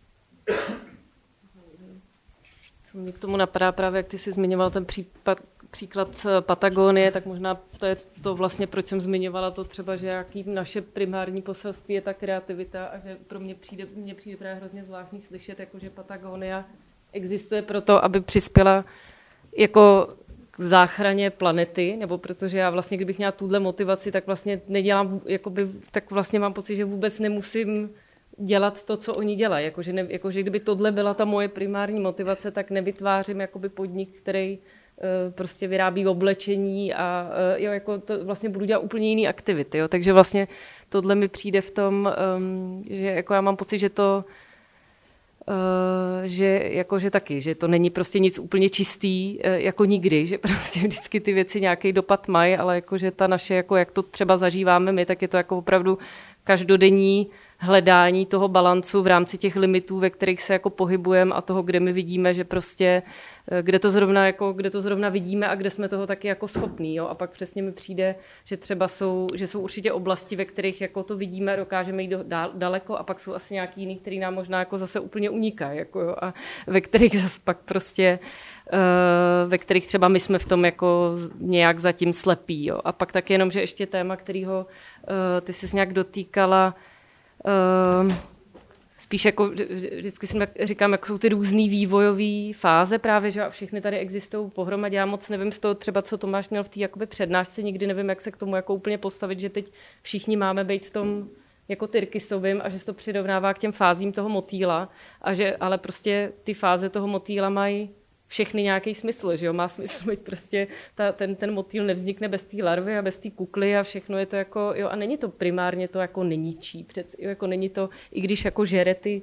G: Co mě k tomu napadá právě, jak ty jsi zmiňoval ten případ, příklad Patagonie, tak možná to je to vlastně, proč jsem zmiňovala to třeba, že jaký naše primární poselství je ta kreativita a že pro mě přijde, mě přijde právě hrozně zvláštní slyšet, jako že Patagonia existuje proto, aby přispěla jako k záchraně planety, nebo protože já vlastně, kdybych měla tuhle motivaci, tak vlastně nedělám, jakoby, tak vlastně mám pocit, že vůbec nemusím dělat to, co oni dělají. Jakože, ne, jakože kdyby tohle byla ta moje primární motivace, tak nevytvářím jakoby podnik, který uh, prostě vyrábí oblečení a uh, jo, jako to vlastně budu dělat úplně jiný aktivity. Jo. Takže vlastně tohle mi přijde v tom, um, že jako já mám pocit, že to Uh, že jakože taky, že to není prostě nic úplně čistý, uh, jako nikdy, že prostě vždycky ty věci nějaký dopad mají, ale jakože ta naše, jako jak to třeba zažíváme my, tak je to jako opravdu každodenní hledání toho balancu v rámci těch limitů, ve kterých se jako pohybujeme a toho, kde my vidíme, že prostě, kde to zrovna, jako, kde to zrovna vidíme a kde jsme toho taky jako schopní. Jo? A pak přesně mi přijde, že třeba jsou, že jsou určitě oblasti, ve kterých jako to vidíme, dokážeme jít do, dál, daleko a pak jsou asi nějaký jiný, který nám možná jako zase úplně unikají. Jako, jo? A ve kterých zase pak prostě, uh, ve kterých třeba my jsme v tom jako nějak zatím slepí. Jo? A pak tak jenom, že ještě téma, kterýho uh, ty jsi nějak dotýkala, Uh, spíš jako vždycky si říkám, jak jsou ty různý vývojové fáze právě, že všechny tady existují pohromadě. Já moc nevím z toho třeba, co Tomáš měl v té jakoby přednášce, nikdy nevím, jak se k tomu jako úplně postavit, že teď všichni máme být v tom jako Tyrkisovým a že se to přirovnává k těm fázím toho motýla, a že, ale prostě ty fáze toho motýla mají všechny nějaký smysl, že jo, má smysl, že prostě ta, ten, ten motýl nevznikne bez té larvy a bez té kukly a všechno je to jako, jo, a není to primárně to jako neničí, přeci, jo, jako není to, i když jako žere ty,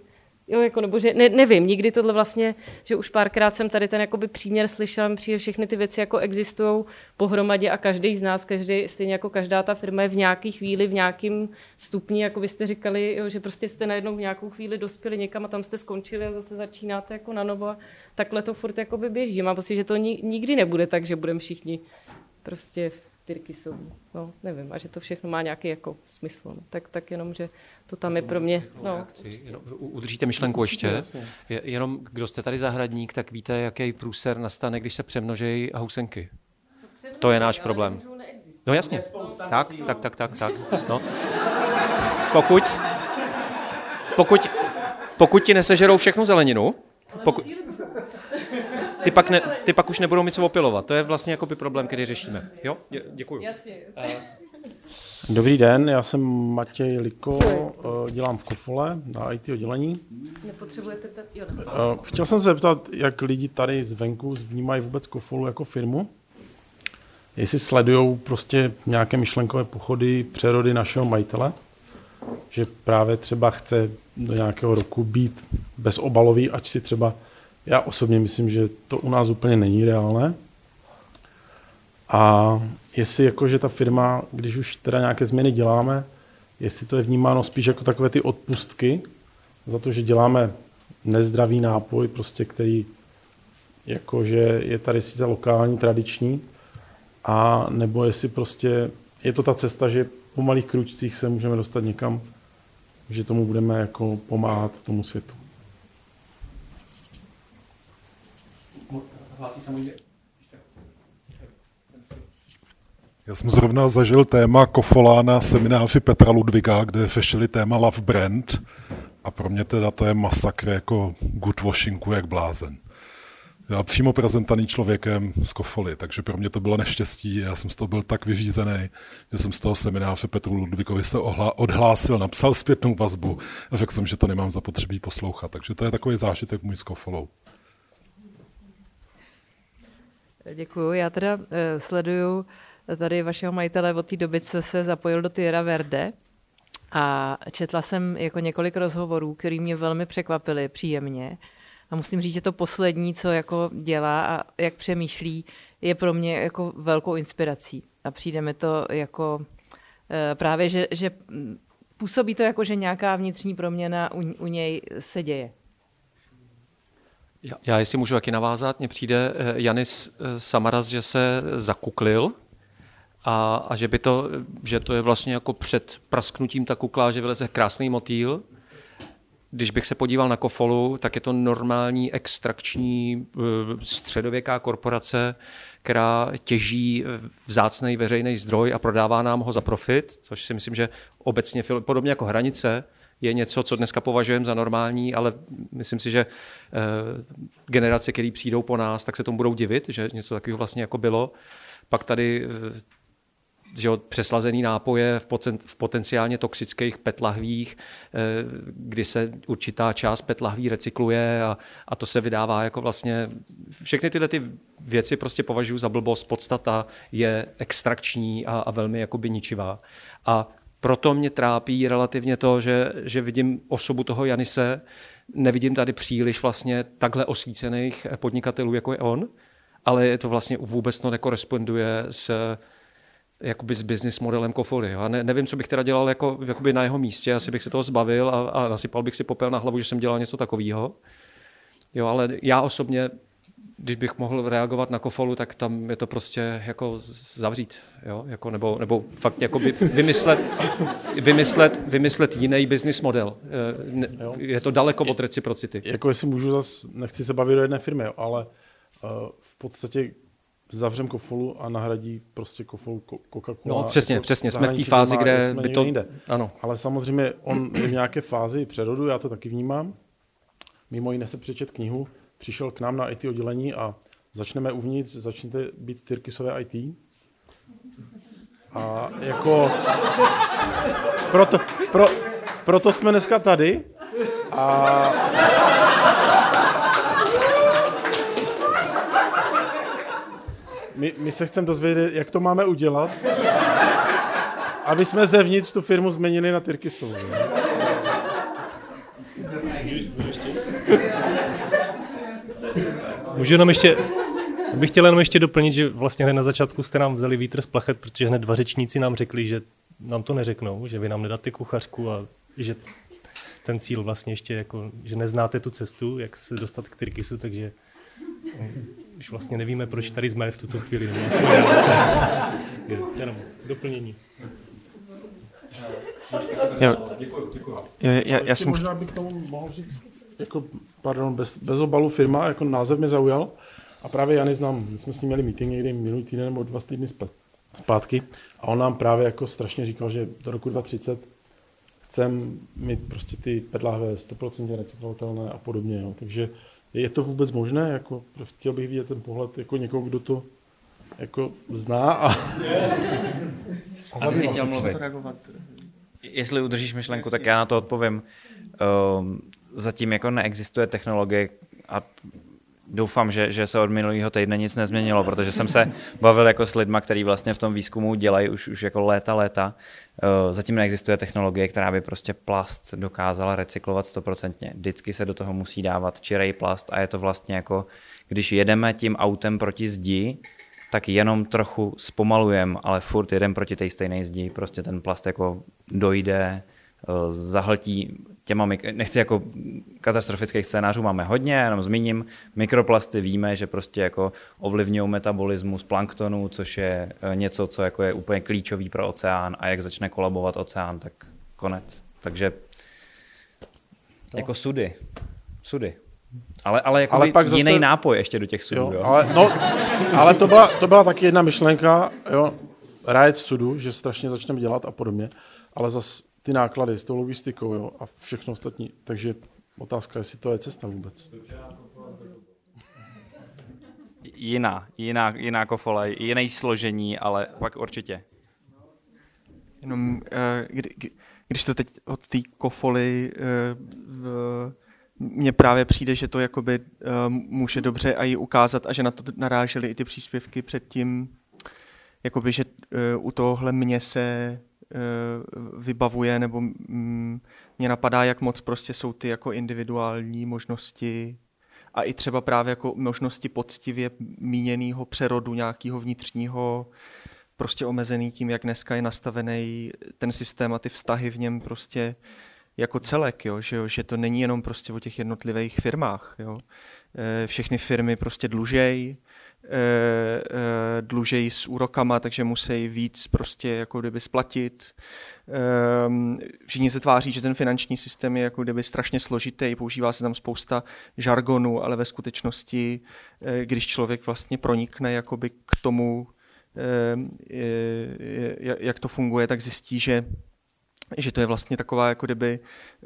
G: Jo, jako, nebo že ne, nevím, nikdy tohle vlastně, že už párkrát jsem tady ten jakoby příměr slyšela, mi přijde, všechny ty věci jako existují pohromadě a každý z nás, každý, stejně jako každá ta firma je v nějaký chvíli, v nějakém stupni, jako vy jste říkali, jo, že prostě jste najednou v nějakou chvíli dospěli někam a tam jste skončili a zase začínáte jako na novo a takhle to furt jakoby běží. Mám pocit, že to nikdy nebude tak, že budeme všichni prostě Tyrkisový. No, nevím, a že to všechno má nějaký jako smysl. No. Tak, tak jenom, že to tam je pro mě. No.
A: Udržíte myšlenku ještě. Je, jenom kdo jste tady zahradník, tak víte, jaký průser nastane, když se přemnožejí housenky. To je náš problém. No jasně. Tak, tak, tak, tak, tak. No. Pokud, pokud, pokud ti nesežerou všechnu zeleninu, pokud, Ty pak, ne, ty pak už nebudou mít co opilovat. To je vlastně jakoby problém, který řešíme. Jo? Dě, děkuju.
G: Jasně.
I: Dobrý den, já jsem Matěj Liko, dělám v Kofole na í té oddělení.
G: Nepotřebujete to? Jo, ne.
I: Chtěl jsem se zeptat, jak lidi tady zvenku vnímají vůbec Kofolu jako firmu. Jestli sledují prostě nějaké myšlenkové pochody, přerody našeho majitele, že právě třeba chce do nějakého roku být bezobalový, ať si třeba já osobně myslím, že to u nás úplně není reálné. A jestli jako, že ta firma, když už teda nějaké změny děláme, jestli to je vnímáno spíš jako takové ty odpustky za to, že děláme nezdravý nápoj, prostě, který jakože je tady sice lokální, tradiční, a nebo jestli prostě je to ta cesta, že po malých kručcích se můžeme dostat někam, že tomu budeme jako pomáhat tomu světu.
J: Já jsem zrovna zažil téma Kofola na semináři Petra Ludwiga, kde řešili téma Love Brand a pro mě teda to je masakr jako good washingu jak blázen. Já přímo prezentaný člověkem z Kofoly, takže pro mě to bylo neštěstí. Já jsem z toho byl tak vyřízený, že jsem z toho semináře Petru Ludwigovi se odhlásil, napsal zpětnou vazbu a řekl jsem, že to nemám zapotřebí poslouchat. Takže to je takový zážitek můj s Kofolou.
E: Děkuju. Já teda uh, sleduju tady vašeho majitele od té doby, co se zapojil do Tierra Verde, a četla jsem jako několik rozhovorů, které mě velmi překvapily příjemně. A musím říct, že to poslední, co jako dělá a jak přemýšlí, je pro mě jako velkou inspirací. A přijde mi to jako uh, právě, že, že působí to jako, že nějaká vnitřní proměna u, u něj se děje.
A: Já jestli můžu taky navázat, mně přijde Janis Samaras, že se zakuklil a, a že, by to, že to je vlastně jako před prasknutím ta kukla, že vyleze krásný motýl. Když bych se podíval na Kofolu, tak je to normální extrakční středověká korporace, která těží vzácný veřejný zdroj a prodává nám ho za profit, což si myslím, že obecně podobně jako hranice je něco, co dneska považujeme za normální, ale myslím si, že generace, které přijdou po nás, tak se tomu budou divit, že něco takového vlastně jako bylo. Pak tady že přeslazený nápoje v, poten, v potenciálně toxických pet lahvích, kdy se určitá část pet lahví recykluje a, a to se vydává jako vlastně... Všechny tyhle ty věci prostě považuji za blbost. Podstata je extrakční a, a velmi jakoby ničivá. A proto mě trápí relativně to, že, že vidím osobu toho Janise, nevidím tady příliš vlastně takhle osvícených podnikatelů, jako je on, ale je to vlastně vůbec to nekoresponduje s jakoby s business modelem Kofoly. Já ne, nevím, co bych teda dělal jako, jakoby na jeho místě, asi bych se toho zbavil a, a nasypal bych si popel na hlavu, že jsem dělal něco takového. Jo, ale já osobně, když bych mohl reagovat na Kofolu, tak tam je to prostě jako zavřít, jo? Jako, nebo, nebo fakt jakoby vymyslet, vymyslet, vymyslet jiný business model. Je to daleko od reciprocity.
I: Jako jestli můžu zas, nechci se bavit do jedné firmy, ale uh, v podstatě zavřem Kofolu a nahradí prostě Kofolu Coca-Cola.
A: No přesně, jako přesně, jsme v té fázi, kde by to...
I: Jinde. Ano. Ale samozřejmě on je v nějaké fázi přerodu, já to taky vnímám. Mimo jiné se přečet knihu, přišel k nám na í té oddělení a začneme uvnitř, začnete být Tyrkisové í té. A jako... Proto, pro, proto jsme dneska tady. A... My, my se chceme dozvědět, jak to máme udělat, aby jsme zevnitř tu firmu změnili na Tyrkisovou.
K: Můžu jenom ještě, bych chtěl jenom ještě doplnit, že vlastně hned na začátku jste nám vzali vítr z plachet, protože hned dva řečníci nám řekli, že nám to neřeknou, že vy nám nedáte kuchařku a že ten cíl vlastně ještě jako, že neznáte tu cestu, jak se dostat k Tyrkisu, takže už vlastně nevíme, proč tady jsme v tuto chvíli. Jenom doplnění.
D: Jo, děkuju, děkuju. Já, já, já jsem...
I: Možná bych tomu mohl říct, jako, pardon, bez, bez obalu firma, jako název mě zaujal. A právě Jany znám, my jsme s ním měli meeting někdy minulý týden nebo dva týdny zpátky a on nám právě jako strašně říkal, že do roku dva tisíce třicet chcem mít prostě ty pé é dé lahve sto procent recyklovatelné a podobně. Jo. Takže je to vůbec možné? Jako, chtěl bych vidět ten pohled jako někoho, kdo to jako zná. A,
C: a ty jsi chtěl mluvit. Jestli udržíš myšlenku, tak já na to odpovím. Um, zatím jako neexistuje technologie a doufám, že, že se od minulého týdne nic nezměnilo, protože jsem se bavil jako s lidma, kteří vlastně v tom výzkumu dělají už, už jako léta, léta. Uh, zatím neexistuje technologie, která by prostě plast dokázala recyklovat stoprocentně. Vždycky se do toho musí dávat čirej plast a je to vlastně jako, když jedeme tím autem proti zdi, tak jenom trochu zpomalujeme, ale furt jedem proti té stejné zdi, prostě ten plast jako dojde, zahltí těma, nechci jako katastrofických scénářů máme hodně, jenom zmíním, mikroplasty víme, že prostě jako ovlivňují metabolismus planktonu, což je něco, co jako je úplně klíčový pro oceán a jak začne kolabovat oceán, tak konec. Takže jako sudy, sudy. Ale, ale jako ale pak jiný zase... nápoj ještě do těch sudů. Jo, jo.
I: Ale, no, ale to byla, to byla taky jedna myšlenka, jo, rájet sudu, že strašně začneme dělat a podobně, ale zase ty náklady s tou logistikou, jo, a všechno ostatní. Takže otázka, jestli to je cesta vůbec.
C: Jiná, jiná, jiná kofolej, jiné složení, ale pak určitě.
D: Jenom, kdy, když to teď od té kofoly mně právě přijde, že to jakoby může dobře a i ukázat a že na to narážely i ty příspěvky předtím, jakoby, že u tohohle mě se vybavuje, nebo mě napadá, jak moc prostě jsou ty jako individuální možnosti a i třeba právě jako možnosti poctivě míněného přerodu nějakého vnitřního, prostě omezený tím, jak dneska je nastavený ten systém a ty vztahy v něm prostě jako celek, jo, že, jo, že to není jenom prostě o těch jednotlivých firmách. Jo. Všechny firmy prostě dlužej, dlužej s úrokama, takže musí víc prostě jako kdyby splatit. Všichni se tváří, že ten finanční systém je jako kdyby strašně složitý, používá se tam spousta žargonu, ale ve skutečnosti, když člověk vlastně pronikne jakoby k tomu, jak to funguje, tak zjistí, že že to je vlastně taková jako kdyby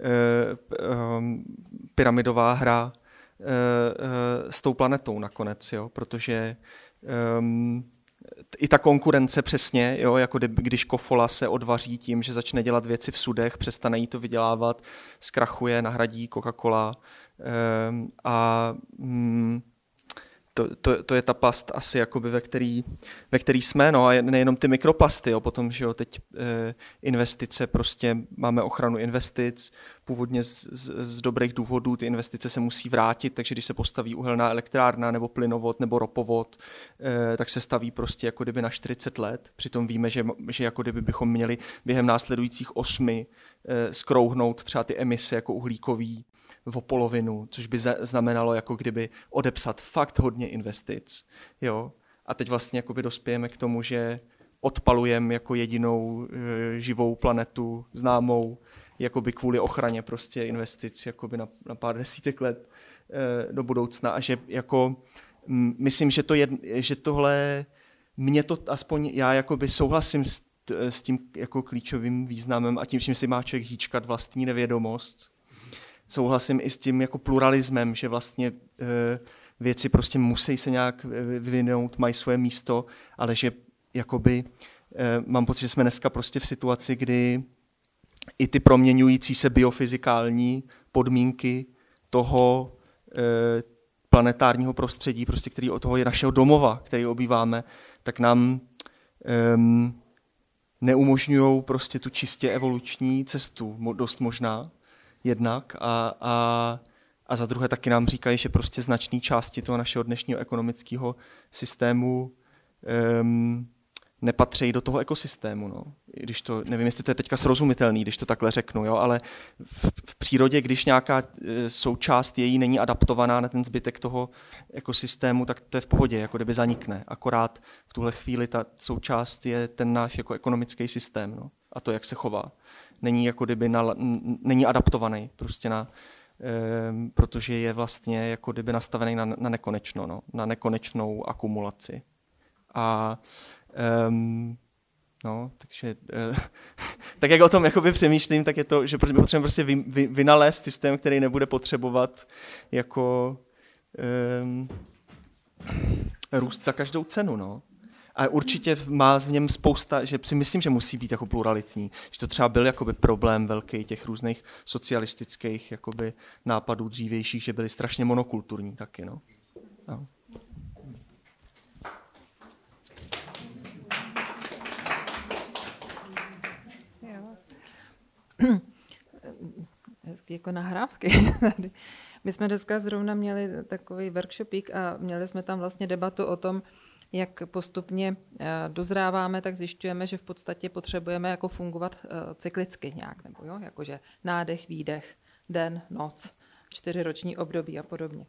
D: pyramidová hra s tou planetou nakonec, jo, protože um, i ta konkurence přesně, jo, jako když kofola se odvaří tím, že začne dělat věci v sudech, přestane jí to vydělávat, zkrachuje, nahradí Coca-Cola um, a um, to, to, to je ta past asi, jakoby, ve, který, ve který jsme, no a nejenom ty mikroplasty, jo, potom, že jo, teď e, investice, prostě máme ochranu investic, původně z, z, z dobrých důvodů ty investice se musí vrátit, takže když se postaví uhelná elektrárna nebo plynovod nebo ropovod, e, tak se staví prostě jako kdyby na čtyřicet let, přitom víme, že, že jako kdyby bychom měli během následujících osmi e, skrouhnout třeba ty emise jako uhlíkový o polovinu, což by znamenalo, jako kdyby odepsat fakt hodně investic. Jo? A teď vlastně jakoby dospějeme k tomu, že odpalujeme jako jedinou e, živou planetu známou, jakoby kvůli ochraně prostě investic jakoby na, na pár desítek let e, do budoucna. A že jako m, myslím, že, to je, že tohle, mě to aspoň, já jakoby souhlasím s, s tím jako klíčovým významem a tím, že si má člověk hýčkat vlastní nevědomost. Souhlasím i s tím jako pluralismem, že vlastně e, věci prostě musí se nějak vyvinout, mají svoje místo, ale že jakoby e, mám pocit, že jsme dneska prostě v situaci, kdy i ty proměňující se biofyzikální podmínky toho e, planetárního prostředí, prostě, který od toho je našeho domova, který obýváme, tak nám e, neumožňují prostě tu čistě evoluční cestu, dost možná. Jednak a, a, A za druhé taky nám říkají, že prostě značné části toho našeho dnešního ekonomického systému um, nepatří do toho ekosystému. No. Když to, nevím, jestli to je teďka srozumitelný, když to takhle řeknu, jo, ale v, v přírodě, když nějaká součást její není adaptovaná na ten zbytek toho ekosystému, tak to je v pohodě, jako kdyby zanikne. Akorát v tuhle chvíli ta součást je ten náš jako ekonomický systém, no, a to, jak se chová. Není jako kdyby na, není adaptovaný prostě na, um, protože je vlastně jako kdyby nastavený na, na nekonečno, no, na nekonečnou akumulaci. A Um, no, takže uh, tak jak o tom jakoby přemýšlím, tak je to, že my potřebujeme prostě vy, vy, vynalézt systém, který nebude potřebovat jako um, růst za každou cenu, no. A určitě má v něm spousta, že si myslím, že musí být jako pluralitní, že to třeba byl jakoby problém velký těch různých socialistických jakoby nápadů dřívějších, že byly strašně monokulturní taky, no. No.
E: Hezky jako nahrávky. My jsme dneska zrovna měli takový workshopík a měli jsme tam vlastně debatu o tom, jak postupně dozráváme, tak zjišťujeme, že v podstatě potřebujeme jako fungovat cyklicky nějak, nebo jo, jakože nádech, výdech, den, noc, čtyřiroční období a podobně.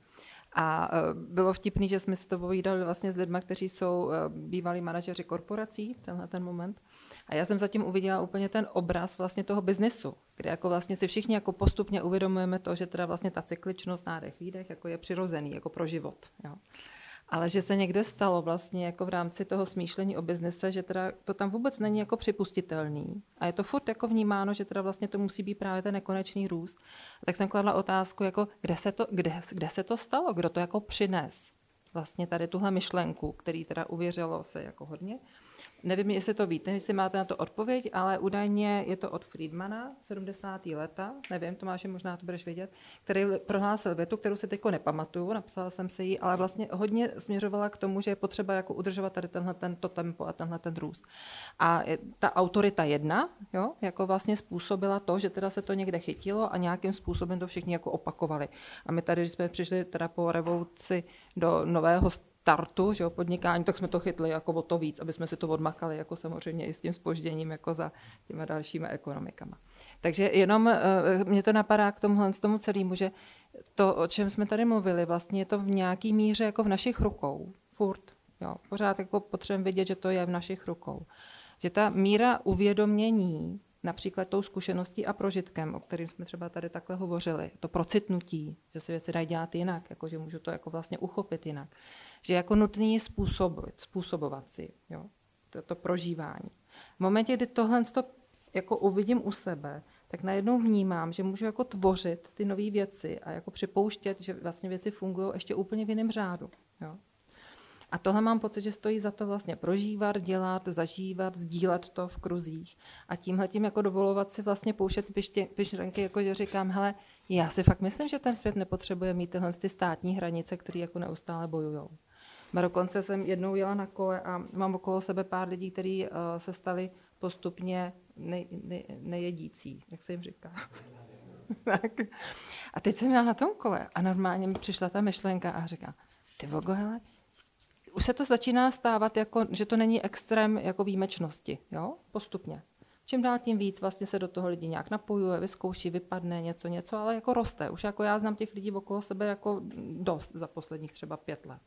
E: A bylo vtipný, že jsme si to povídali vlastně s lidmi, kteří jsou bývalí manažeři korporací, tenhle ten moment. A já jsem zatím uviděla úplně ten obraz vlastně toho biznesu, kde jako vlastně si všichni jako postupně uvědomujeme to, že teda vlastně ta cykličnost, nádech, výdech jako je přirozený, jako pro život. Jo. Ale že se někde stalo vlastně jako v rámci toho smýšlení o biznise, že teda to tam vůbec není jako připustitelný. A je to furt jako vnímáno, že teda vlastně to musí být právě ten nekonečný růst. A tak jsem kladla otázku, jako kde se to, kde, kde se to stalo, kdo to jako přines vlastně tady tuhle myšlenku, který teda uvěřilo se jako hodně. Nevím, jestli to víte, jestli máte na to odpověď, ale údajně je to od Friedmana, sedmdesátá léta, nevím, Tomáši, možná to budeš vědět, který prohlásil větu, kterou si teďko nepamatuju, napsala jsem si ji, ale vlastně hodně směřovala k tomu, že je potřeba jako udržovat tady tenhle tento tempo a tenhle ten růst. A ta autorita jedna, jo, jako vlastně způsobila to, že teda se to někde chytilo a nějakým způsobem to všichni jako opakovali. A my tady, když jsme přišli teda po revoluci do nového startu, že jo, podnikání, tak jsme to chytli jako o to víc, aby jsme si to odmakali, jako samozřejmě i s tím zpožděním, jako za těma dalšíma ekonomikama. Takže jenom uh, mě to napadá k tomuhle, z tomu celému, že to, o čem jsme tady mluvili, vlastně je to v nějaký míře jako v našich rukou, furt, jo, pořád jako potřebujeme vidět, že to je v našich rukou. Že ta míra uvědomění, například tou zkušeností a prožitkem, o kterým jsme třeba tady takhle hovořili, to procitnutí, že si věci dají dělat jinak, jako že můžu to jako vlastně uchopit jinak, že jako nutný způsobit, způsobovat si, jo, to, to prožívání. V momentě, kdy tohle jako uvidím u sebe, tak najednou vnímám, že můžu jako tvořit ty nové věci a jako připouštět, že vlastně věci fungují ještě úplně v jiném řádu. Jo. A tohle mám pocit, že stojí za to vlastně prožívat, dělat, zažívat, sdílet to v kruzích. A tímhletím jako dovolovat si vlastně pouštět myšlenky, jako že říkám, hele, já si fakt myslím, že ten svět nepotřebuje mít tyhle ty státní hranice, které jako neustále bojujou. A dokonce jsem jednou jela na kole a mám okolo sebe pár lidí, kteří uh, se stali postupně nej, nej, nejedící, jak se jim říká. Tak. A teď jsem jela na tom kole a normálně mi přišla ta myšlenka a říká, ty vogo, hele, už se to začíná stávat, jako, že to není extrém jako výjimečnosti, jo? Postupně. Čím dál tím víc vlastně se do toho lidi nějak napojuje, vyzkouší, vypadne něco, něco, ale jako roste. Už jako já znám těch lidí okolo sebe jako dost za posledních třeba pět let.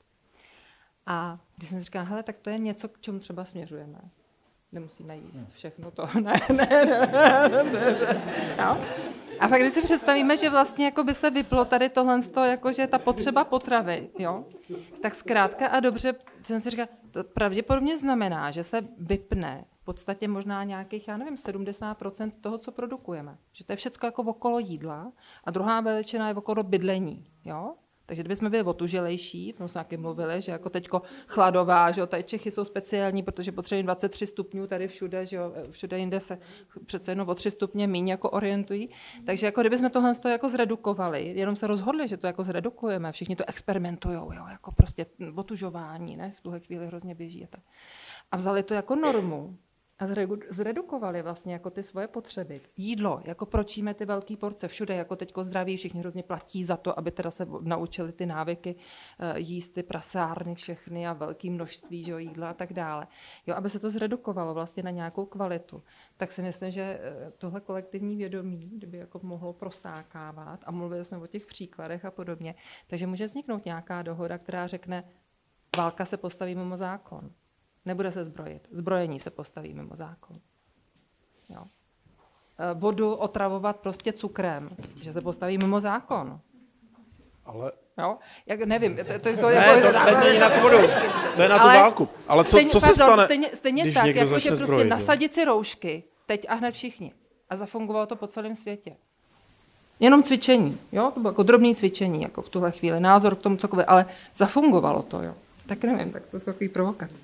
E: A když jsem říkala, hele, tak to je něco, k čemu třeba směřujeme. Nemusíme jíst všechno to. Ne, ne, ne, ne, ne. No. A pak když si představíme, že vlastně jako by se vyplo tady tohle, jako že ta potřeba potravy, jo, tak zkrátka a dobře jsem si říkala, to pravděpodobně znamená, že se vypne v podstatě možná nějakých, já nevím, sedmdesát procent toho, co produkujeme. Že to je všechno jako okolo jídla a druhá veličina je okolo bydlení, jo. Takže kdybychom byli otužilejší, v tom jsme taky mluvili, že jako teďko chladová, že jo, tady Čechy jsou speciální, protože potřebují dvacet tři stupňů tady všude, že jo, všude jinde se přece jenom o tři stupně míň jako orientují. Takže jako kdybychom tohle to jako zredukovali, jenom se rozhodli, že to jako zredukujeme, všichni to experimentujou, jo, jako prostě otužování, ne, v tuhle chvíli hrozně běží a tak. A vzali to jako normu, a zredukovali vlastně jako ty svoje potřeby. Jídlo, jako proč jíme ty velké porce všude, jako teďko zdraví, všichni hrozně platí za to, aby teda se naučili ty návyky jíst ty prasárny všechny a velké množství, že jo, jídla a tak dále. Jo, aby se to zredukovalo vlastně na nějakou kvalitu. Tak si myslím, že tohle kolektivní vědomí, kdyby jako mohlo prosákávat, a mluvili jsme o těch příkladech a podobně, takže může vzniknout nějaká dohoda, která řekne, válka se postaví mimo zákon. Nebude se zbrojit. Zbrojení se postaví mimo zákon. Jo. Vodu otravovat prostě cukrem, že se postaví mimo zákon.
I: Ale...
E: Jo? Jak, nevím. To, to, to,
I: ne,
E: jako,
I: to, to není na tu vodu, to je na tu
E: ale
I: válku. Ale co,
E: stejně,
I: co se
E: pardon,
I: stane,
E: stejně, stejně
I: když
E: tak,
I: někdo
E: jako,
I: začne
E: že prostě
I: zbrojit,
E: nasadit si roušky, teď a hned všichni. A zafungovalo to po celém světě. Jenom cvičení, jo? To bylo jako drobné cvičení, jako v tuhle chvíli. Názor k tomu cokoliv, ale zafungovalo to, jo. Tak nevím, tak to jsou takový provokace.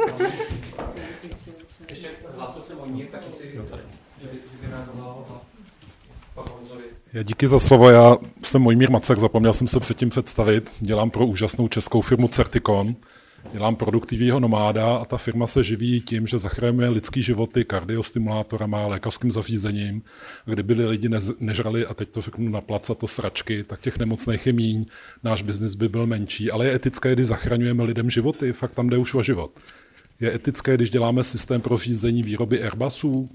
A: Ještě hlásil jsem o ní, tak si vyreagoval
J: Já díky za slovo, já jsem Mojmír Macek, zapomněl jsem se předtím představit, dělám pro úžasnou českou firmu Certicon, dělám produktivního nomáda a ta firma se živí tím, že zachraňuje lidský životy kardiostimulátorama, lékařským zařízením. Kdyby lidi nežrali, a teď to řeknu na plac a to sračky, tak těch nemocných je míň, náš biznis by byl menší. Ale je etické, když zachraňujeme lidem životy, fakt tam jde už o život. Je etické, když děláme systém pro řízení výroby Airbusů.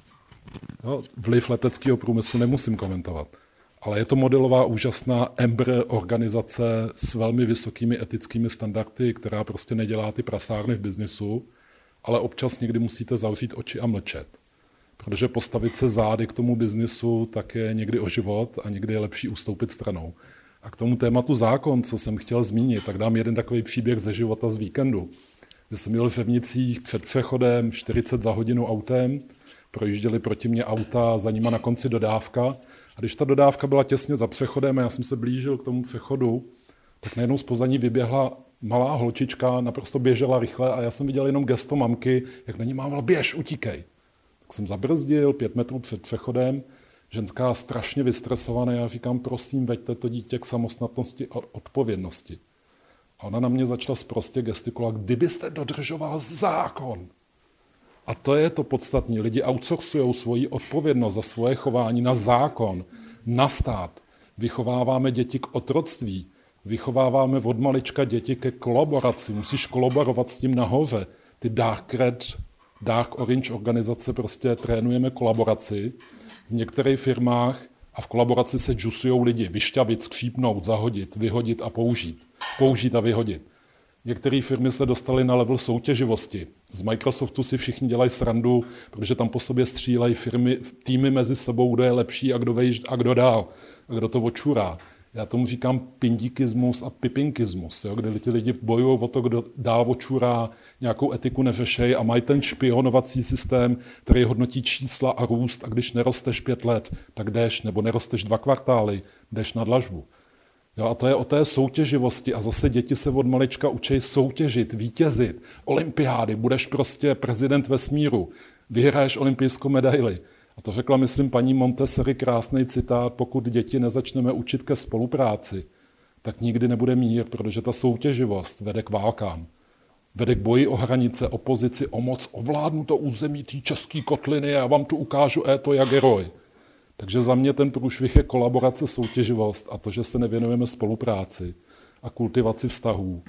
J: No, vliv leteckého průmyslu nemusím komentovat. Ale je to modelová úžasná Embraer organizace s velmi vysokými etickými standardy, která prostě nedělá ty prasárny v biznisu, ale občas někdy musíte zavřít oči a mlčet. Protože postavit se zády k tomu biznisu tak je někdy o život a někdy je lepší ustoupit stranou. A k tomu tématu zákon, co jsem chtěl zmínit, tak dám jeden takový příběh ze života z víkendu. Kdy jsem jel v Řevnicích před přechodem čtyřicet za hodinu autem, projížděli proti mě auta, za nima na konci dodávka. A když ta dodávka byla těsně za přechodem a já jsem se blížil k tomu přechodu, tak najednou z pozadí vyběhla malá holčička, naprosto běžela rychle a já jsem viděl jenom gesto mamky, jak na ní mávala, běž, utíkej. Tak jsem zabrzdil pět metrů před přechodem, ženská strašně vystresovaná, já říkám, prosím, veďte to dítě k samostatnosti a odpovědnosti. A ona na mě začala sprostě gestikulovat, kdybyste dodržoval zákon. A to je to podstatné. Lidi outsourcují svoji odpovědnost za svoje chování na zákon, na stát. Vychováváme děti k otroctví. Vychováváme od malička děti ke kolaboraci. Musíš kolaborovat s tím nahoře. Ty Dark Red, Dark Orange organizace prostě trénujeme kolaboraci. V některých firmách a v kolaboraci se džusujou lidi. Vyšťavit, skřípnout, zahodit, vyhodit a použít. Použít a vyhodit. Některé firmy se dostaly na level soutěživosti. Z Microsoftu si všichni dělají srandu, protože tam po sobě střílejí firmy, týmy mezi sebou, kdo je lepší a kdo vejš a kdo dál, a kdo to očurá. Já tomu říkám pindíkismus a pipinkismus, jo, kde ti lidi bojují o to, kdo dál očurá, nějakou etiku neřešejí a mají ten špionovací systém, který hodnotí čísla a růst a když nerosteš pět let, tak jdeš, nebo nerosteš dva kvartály, jdeš na dlažbu. Jo, a to je o té soutěživosti a zase děti se od malička učí soutěžit, vítězit. Olympiády, budeš prostě prezident vesmíru, vyhraješ olympijskou medaili. A to řekla, myslím, paní Montessori krásný citát, pokud děti nezačneme učit ke spolupráci, tak nikdy nebude mír, protože ta soutěživost vede k válkám. Vede k boji o hranice, o pozici, o moc, ovládnu to území té české kotliny a já vám tu ukážu, je to jak heroj. Takže za mě ten průšvih je kolaborace, soutěživost a to, že se nevěnujeme spolupráci a kultivaci vztahů.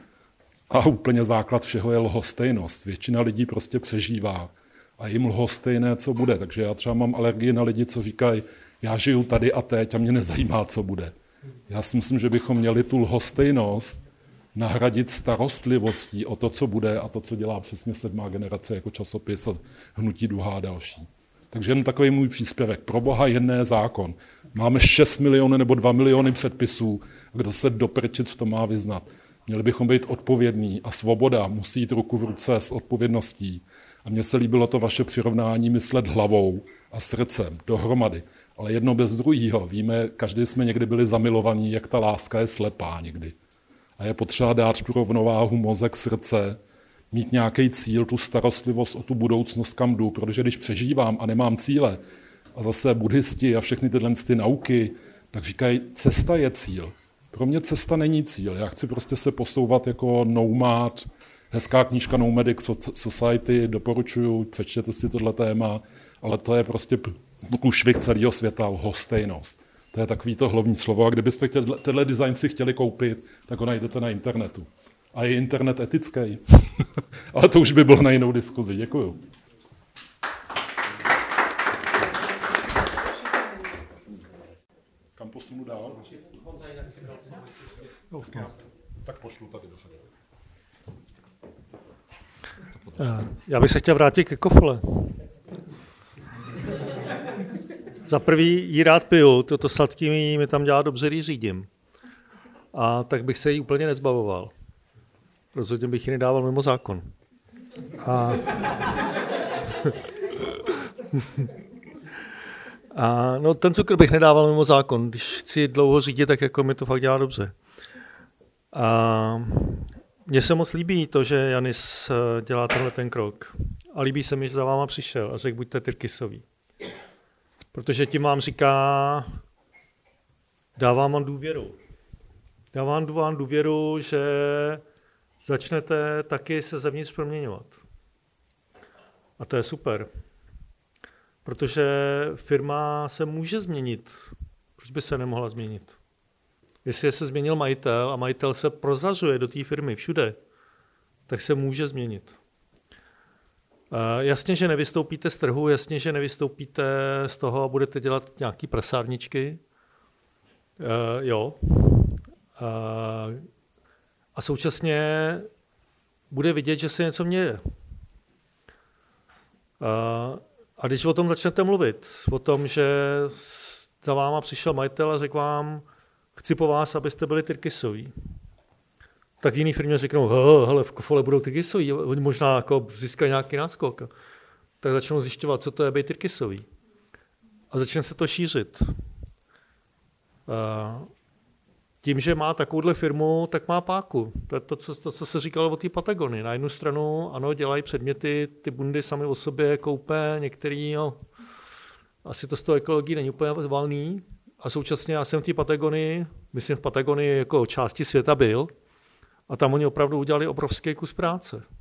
J: A úplně základ všeho je lhostejnost. Většina lidí prostě přežívá a jim lhostejné, co bude. Takže já třeba mám alergii na lidi, co říkají, já žiju tady a teď a mě nezajímá, co bude. Já si myslím, že bychom měli tu lhostejnost nahradit starostlivostí o to, co bude a to, co dělá přesně sedmá generace jako časopis a Hnutí Duha a další. Takže jen takový můj příspěvek. Pro boha jedné zákon. Máme šest milionů nebo dva miliony předpisů. Kdo se do prčic v tom má vyznat? Měli bychom být odpovědní a svoboda musí jít ruku v ruce s odpovědností. A mně se líbilo to vaše přirovnání myslet hlavou a srdcem dohromady. Ale jedno bez druhého. Víme, každý jsme někdy byli zamilovaní, jak ta láska je slepá někdy. A je potřeba dát tu rovnováhu mozek, srdce, mít nějaký cíl, tu starostlivost o tu budoucnost, kam jdu, protože když přežívám a nemám cíle, a zase buddhisti a všechny tyhle ty nauky, tak říkají, cesta je cíl. Pro mě cesta není cíl. Já chci prostě se posouvat jako nomad, hezká knížka Nomadic Society, doporučuju, přečtěte si tohle téma, ale to je prostě průšvih celého světa, lhostejnost. To je takový to hlavní slovo. A kdybyste chtěli, tenhle design si chtěli koupit, tak ho najdete na internetu. A je internet etický. Ale to už by bylo na jinou diskuzi. Děkuju. Kam posunu dál? Tak pošlu tady do sebe.
B: Já bych se chtěl vrátit ke kofole. Za prvý jí rád piju, toto sladký mi tam dělá dobře, když řídím. A tak bych se jí úplně nezbavoval. Rozhodně bych ji nedával mimo zákon. A, a no, ten cukr bych nedával mimo zákon. Když chci dlouho řídit, tak jako mi to fakt dělá dobře. A mně se moc líbí to, že Janis dělá tenhle ten krok. A líbí se mi, že za váma přišel a řekl, buďte Tyrkisový. Protože tím vám říká, dávám vám důvěru. Dávám vám důvěru, že začnete taky se zevnitř proměňovat. A to je super. Protože firma se může změnit. Proč by se nemohla změnit? Jestli se změnil majitel a majitel se prozařuje do té firmy všude, tak se může změnit. Jasně, že nevystoupíte z trhu, jasně, že nevystoupíte z toho a budete dělat nějaký prasárničky. Uh, jo. Uh, a současně bude vidět, že se něco měje. Uh, a když o tom začnete mluvit, o tom, že za váma přišel majitel a řekl vám, chci po vás, abyste byli Tyrkisoví, tak jiný firmě řeknou, hele, v Kofole budou Tyrkisoví, oni možná jako získají nějaký náskok. Tak začnou zjišťovat, co to je být Tyrkisový. A začne se to šířit. Tím, že má takovouhle firmu, tak má páku. To je to, co, to, co se říkalo o té Patagony. Na jednu stranu, ano, dělají předměty, ty bundy sami o sobě koupé, některý, no, asi to z toho ekologii není úplně valný. A současně já jsem v té Patagony, myslím v Patagonii jako části světa byl, a tam oni opravdu udělali obrovský kus práce. Uh,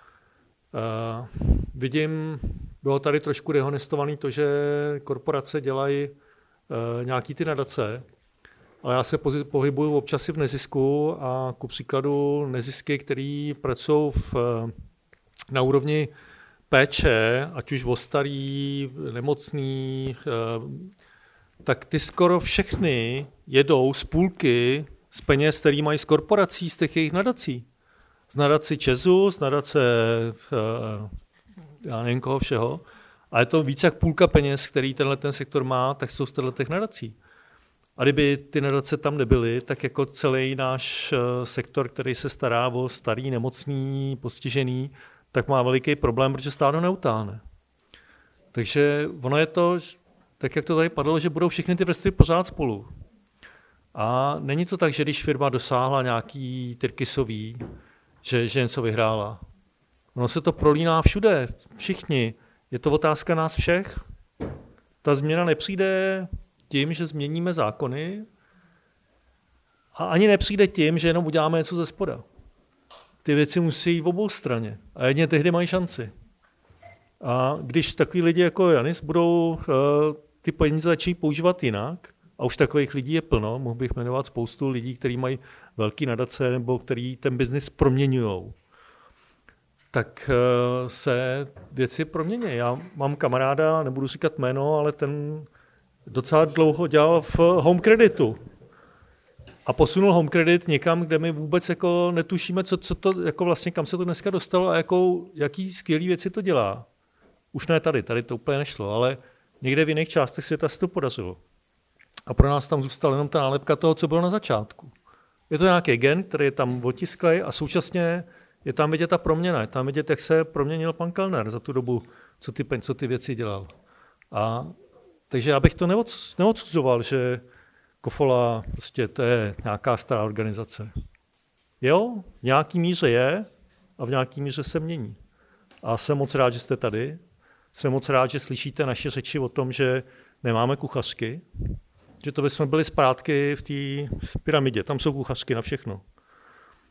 B: vidím, bylo tady trošku dehonestovaný to, že korporace dělají uh, nějaký ty nadace, ale já se pohybuju občas i v nezisku a ku příkladu nezisky, které pracují v, na úrovni péče, ať už o starý, nemocný, uh, tak ty skoro všechny jedou z půlky z peněz, který mají z korporací, z těch jejich nadací. Z nadací Česu, z nadace, já nevím koho všeho. A je to více jak půlka peněz, který tenhle ten sektor má, tak jsou z těch nadací. A kdyby ty nadace tam nebyly, tak jako celý náš sektor, který se stará o starý, nemocný, postižený, tak má veliký problém, protože stát ho neutáhne. Takže ono je to, tak jak to tady padlo, že budou všechny ty vrstvy pořád spolu. A není to tak, že když firma dosáhla nějaký Tyrkisový, že, že něco vyhrála. Ono se to prolíná všude, všichni. Je to otázka nás všech. Ta změna nepřijde tím, že změníme zákony a ani nepřijde tím, že jenom uděláme něco ze spoda. Ty věci musí jít v obou straně a jedně tehdy mají šanci. A když takový lidi jako Janis budou uh, ty peníze začít používat jinak, a už takových lidí je plno, mohl bych jmenovat spoustu lidí, kteří mají velký nadace nebo kteří ten biznis proměňují, tak se věci promění. Já mám kamaráda, nebudu říkat jméno, ale ten docela dlouho dělal v Home Creditu. A posunul Home Credit někam, kde my vůbec jako netušíme, co, co to, jako vlastně, kam se to dneska dostalo a jakou, jaký skvělý věci to dělá. Už ne tady, tady to úplně nešlo, ale někde v jiných částech světa se to podařilo. A pro nás tam zůstala jenom ta nálepka toho, co bylo na začátku. Je to nějaký gen, který je tam otisklej a současně je tam vidět ta proměna. Je tam vidět, jak se proměnil pan Kellner za tu dobu, co ty, co ty věci dělal. A, takže já bych to neod, neodsuzoval, že Kofola prostě to je nějaká stará organizace. Jo, v nějaký míře je a v nějaký míře se mění. A jsem moc rád, že jste tady. Jsem moc rád, že slyšíte naše řeči o tom, že nemáme kuchařky, že to bychom byli zpátky v té pyramidě. Tam jsou kuchařky na všechno.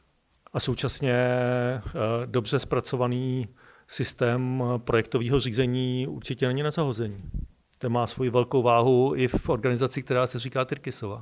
B: a současně dobře zpracovaný systém projektového řízení určitě není na zahození. To má svoji velkou váhu i v organizaci, která se říká Tyrkisova.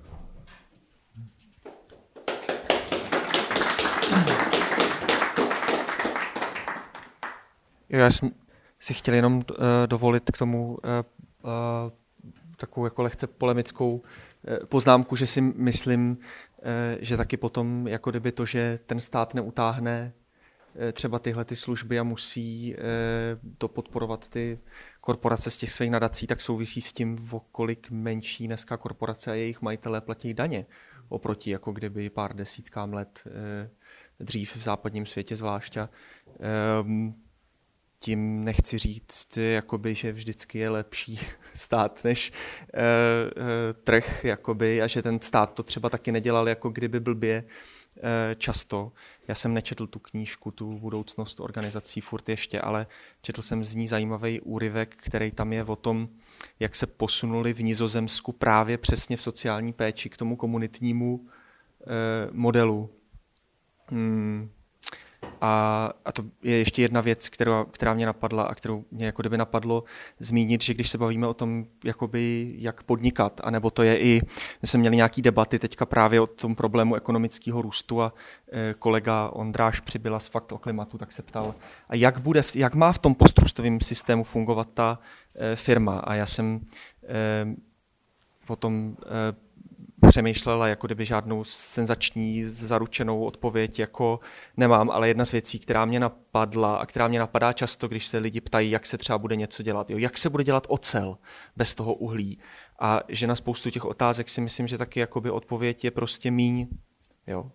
D: Já jsem si chtěl jenom uh, dovolit k tomu uh, uh, takovou jako lehce polemickou uh, poznámku, že si myslím, uh, že taky potom, jako kdyby to, že ten stát neutáhne uh, třeba tyhle ty služby a musí uh, to podporovat ty korporace z těch svých nadací, tak souvisí s tím, o kolik menší dneska korporace a jejich majitelé platí daně oproti jako kdyby pár desítkám let uh, dřív v západním světě zvláště. Um, Tím nechci říct, jakoby, že vždycky je lepší stát než uh, uh, trh, jakoby, a že ten stát to třeba taky nedělal jako kdyby blbě uh, často. Já jsem nečetl tu knížku, tu budoucnost organizací furt ještě, ale četl jsem z ní zajímavý úryvek, který tam je o tom, jak se posunuli v Nizozemsku právě přesně v sociální péči k tomu komunitnímu uh, modelu. Hmm. A, a to je ještě jedna věc, kterou, která mě napadla a kterou mě jako kdyby napadlo zmínit, že když se bavíme o tom, jakoby, jak podnikat, anebo to je i, my jsme měli nějaký debaty teďka právě o tom problému ekonomického růstu a e, kolega Ondráš Přibyla z Fakt o klimatu, tak se ptal, a jak, bude, jak má v tom postrůstovém systému fungovat ta e, firma. A já jsem e, o tom e, přemýšlela, jako kdyby žádnou senzační zaručenou odpověď jako nemám, ale jedna z věcí, která mě napadla a která mě napadá často, když se lidi ptají, jak se třeba bude něco dělat. Jo, jak se bude dělat ocel bez toho uhlí? A že na spoustu těch otázek si myslím, že taky jakoby odpověď je prostě míň. Jo.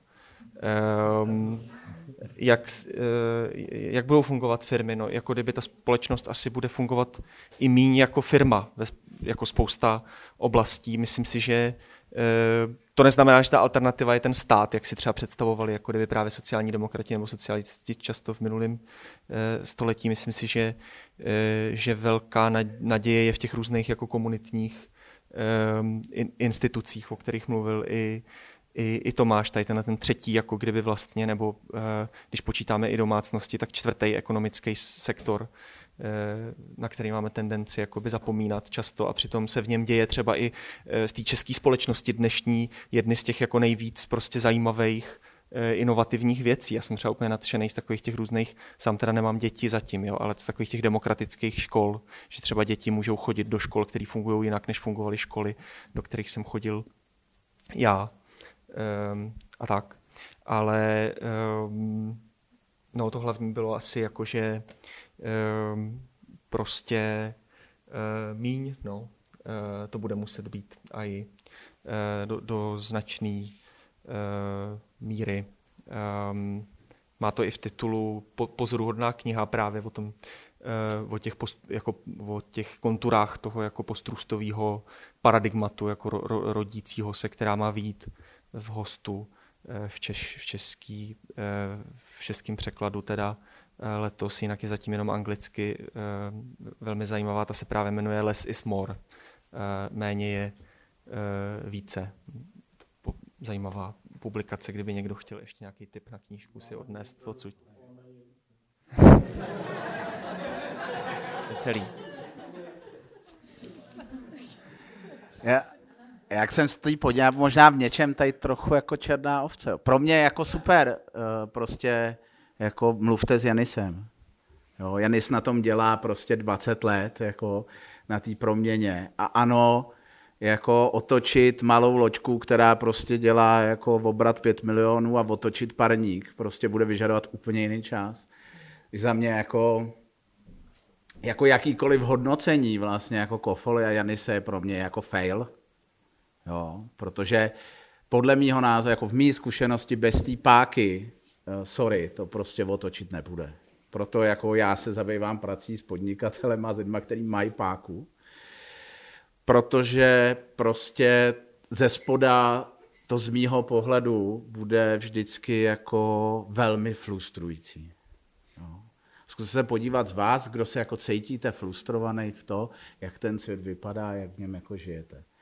D: Um, jak, jak budou fungovat firmy? No, jako kdyby ta společnost asi bude fungovat i míň jako firma, jako spousta oblastí. Myslím si, že to neznamená, že ta alternativa je ten stát, jak si třeba představovali, jako kdyby právě sociální demokrati nebo socialisti často v minulém století. Myslím si, že, že velká naděje je v těch různých jako komunitních institucích, o kterých mluvil i I, i Tomáš, tady tenhle ten třetí, jako kdyby vlastně, nebo uh, když počítáme i domácnosti, tak čtvrtý ekonomický sektor, uh, na který máme tendenci jakoby zapomínat často a přitom se v něm děje třeba i uh, v té české společnosti dnešní jedny z těch jako nejvíc prostě zajímavých uh, inovativních věcí. Já jsem třeba úplně nadšený z takových těch různých, sám teda nemám děti zatím, jo, ale z takových těch demokratických škol, že třeba děti můžou chodit do škol, které fungují jinak, než fungovaly školy, do kterých jsem chodil já. Um, a tak. Ale um, no, to hlavní bylo asi jako, že um, prostě uh, míň, no, uh, to bude muset být i uh, do, do značné uh, míry. Um, má to i v titulu po, pozoruhodná kniha právě o tom, uh, o, těch post, jako, o těch konturách toho jako postrůstového paradigmatu, jako ro, ro, rodícího se, která má vyjít v hostu v, češ, v, český, v českém překladu teda letos, jinak je zatím jenom anglicky velmi zajímavá, ta se právě jmenuje Less is more, méně je více. Zajímavá publikace, kdyby někdo chtěl ještě nějaký tip na knížku si odnést odsud. Je celý.
F: Yeah. Jak jsem se teď podíval, možná v něčem tady trochu jako černá ovce. Pro mě jako super, prostě jako mluvte s Janisem. Jo, Janis na tom dělá prostě dvacet let, jako na té proměně. A ano, jako otočit malou loďku, která prostě dělá jako obrat pět milionů a otočit parník, prostě bude vyžadovat úplně jiný čas. Za mě jako, jako jakýkoliv hodnocení vlastně jako Kofoly a Janise je pro mě jako fail. Jo, protože podle mýho názoru, jako v mý zkušenosti bez té páky, sorry, to prostě otočit nebude. Proto jako já se zabývám prací s podnikatelem a s lidmi, kteří mají páku, protože prostě ze spoda to z mýho pohledu bude vždycky jako velmi frustrující. Jo. Zkuste se podívat z vás, kdo se jako cítíte frustrovaný v to, jak ten svět vypadá, jak v něm jako žijete.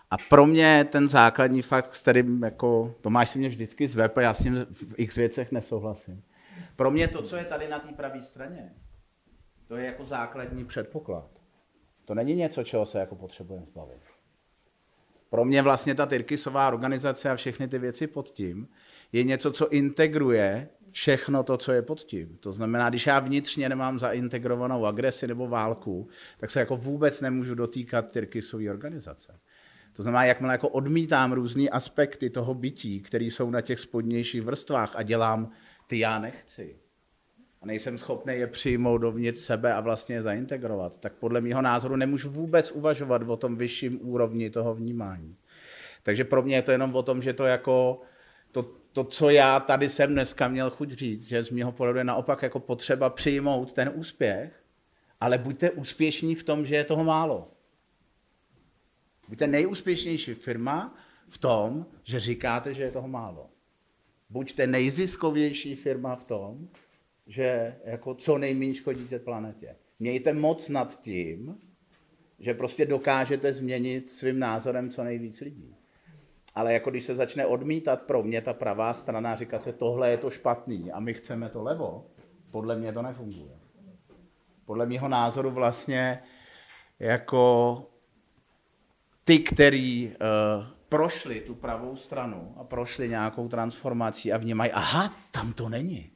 F: A pro mě ten základní fakt, s kterým jako, Tomáš si mě vždycky zvep a já s ním v x věcech nesouhlasím. Pro mě to, co je tady na té pravé straně, to je jako základní předpoklad. To není něco, čeho se jako potřebujeme zbavit. Pro mě vlastně ta Tyrkisová organizace a všechny ty věci pod tím je něco, co integruje všechno to, co je pod tím. To znamená, když já vnitřně nemám zaintegrovanou agresi nebo válku, tak se jako vůbec nemůžu dotýkat Tyrkisové organizace. To znamená, jakmile jako odmítám různý aspekty toho bytí, které jsou na těch spodnějších vrstvách a dělám ty já nechci, a nejsem schopný je přijmout dovnitř sebe a vlastně je zaintegrovat, tak podle mého názoru nemůžu vůbec uvažovat o tom vyšším úrovni toho vnímání. Takže pro mě je to jenom o tom, že to jako to, to, co já tady jsem dneska měl chuť říct, že z mého pohledu je naopak jako potřeba přijmout ten úspěch, ale buďte úspěšní v tom, že je toho málo. Buďte nejúspěšnější firma v tom, že říkáte, že je toho málo. Buďte nejziskovější firma v tom, že jako co nejméně škodíte planetě. Mějte moc nad tím, že prostě dokážete změnit svým názorem co nejvíc lidí. Ale jako když se začne odmítat pro mě ta pravá strana a říkat se, tohle je to špatný a my chceme to levo, podle mě to nefunguje. Podle mého názoru vlastně jako ty, který uh, prošli tu pravou stranu a prošli nějakou transformací a vnímají, aha, tam to není.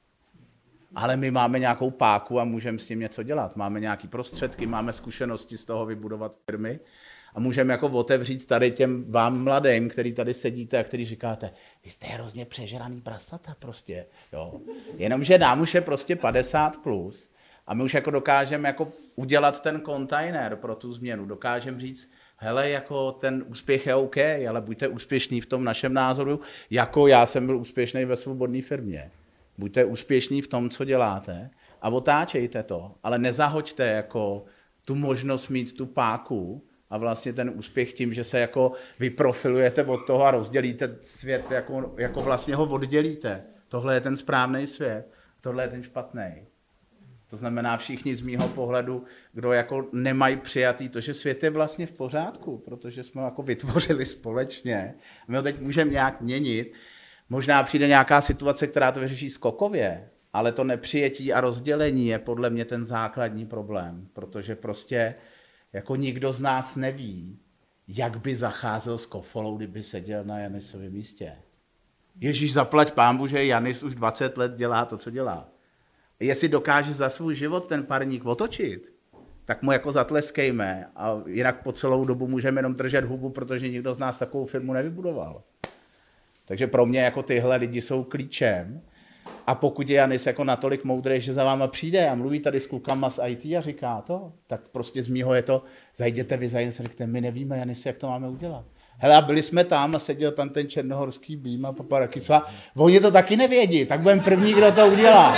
F: Ale my máme nějakou páku a můžeme s tím něco dělat. Máme nějaké prostředky, máme zkušenosti z toho vybudovat firmy a můžeme jako otevřít tady těm vám mladým, který tady sedíte a který říkáte, vy jste hrozně přežraný prasata prostě. Jo. Jenomže nám už je prostě padesát plus a my už jako dokážeme jako udělat ten kontejner pro tu změnu. Dokážeme říct, hele, jako ten úspěch je OK, ale buďte úspěšný v tom našem názoru, jako já jsem byl úspěšný ve svobodné firmě. Buďte úspěšní v tom, co děláte a otáčejte to, ale nezahoďte jako tu možnost mít tu páku a vlastně ten úspěch tím, že se jako vyprofilujete od toho a rozdělíte svět, jako, jako vlastně ho oddělíte. Tohle je ten správný svět, tohle je ten špatný. To znamená všichni z mýho pohledu, kdo jako nemají přijatý to, že svět je vlastně v pořádku, protože jsme ho jako vytvořili společně. My ho teď můžeme nějak měnit. Možná přijde nějaká situace, která to vyřeší skokově, ale to nepřijetí a rozdělení je podle mě ten základní problém, protože prostě jako nikdo z nás neví, jak by zacházel s kofolou, kdyby seděl na Janisovém místě. Ježíš zaplať pánbu, že Janis už dvacet let dělá to, co dělá. Jestli dokáže za svůj život ten parník otočit, tak mu jako zatleskejme a jinak po celou dobu můžeme jenom držet hubu, protože nikdo z nás takovou firmu nevybudoval. Takže pro mě jako tyhle lidi jsou klíčem a pokud je Janis jako natolik moudrý, že za váma přijde a mluví tady s klukama z í té a říká to, tak prostě z mýho je to, zajděte vy za Janis a řekněte, my nevíme, Janis, jak to máme udělat. Hele, a byli jsme tam a seděl tam ten černohorský Bím a Paparakisva, oni to taky nevědí, tak budeme první, kdo to udělá.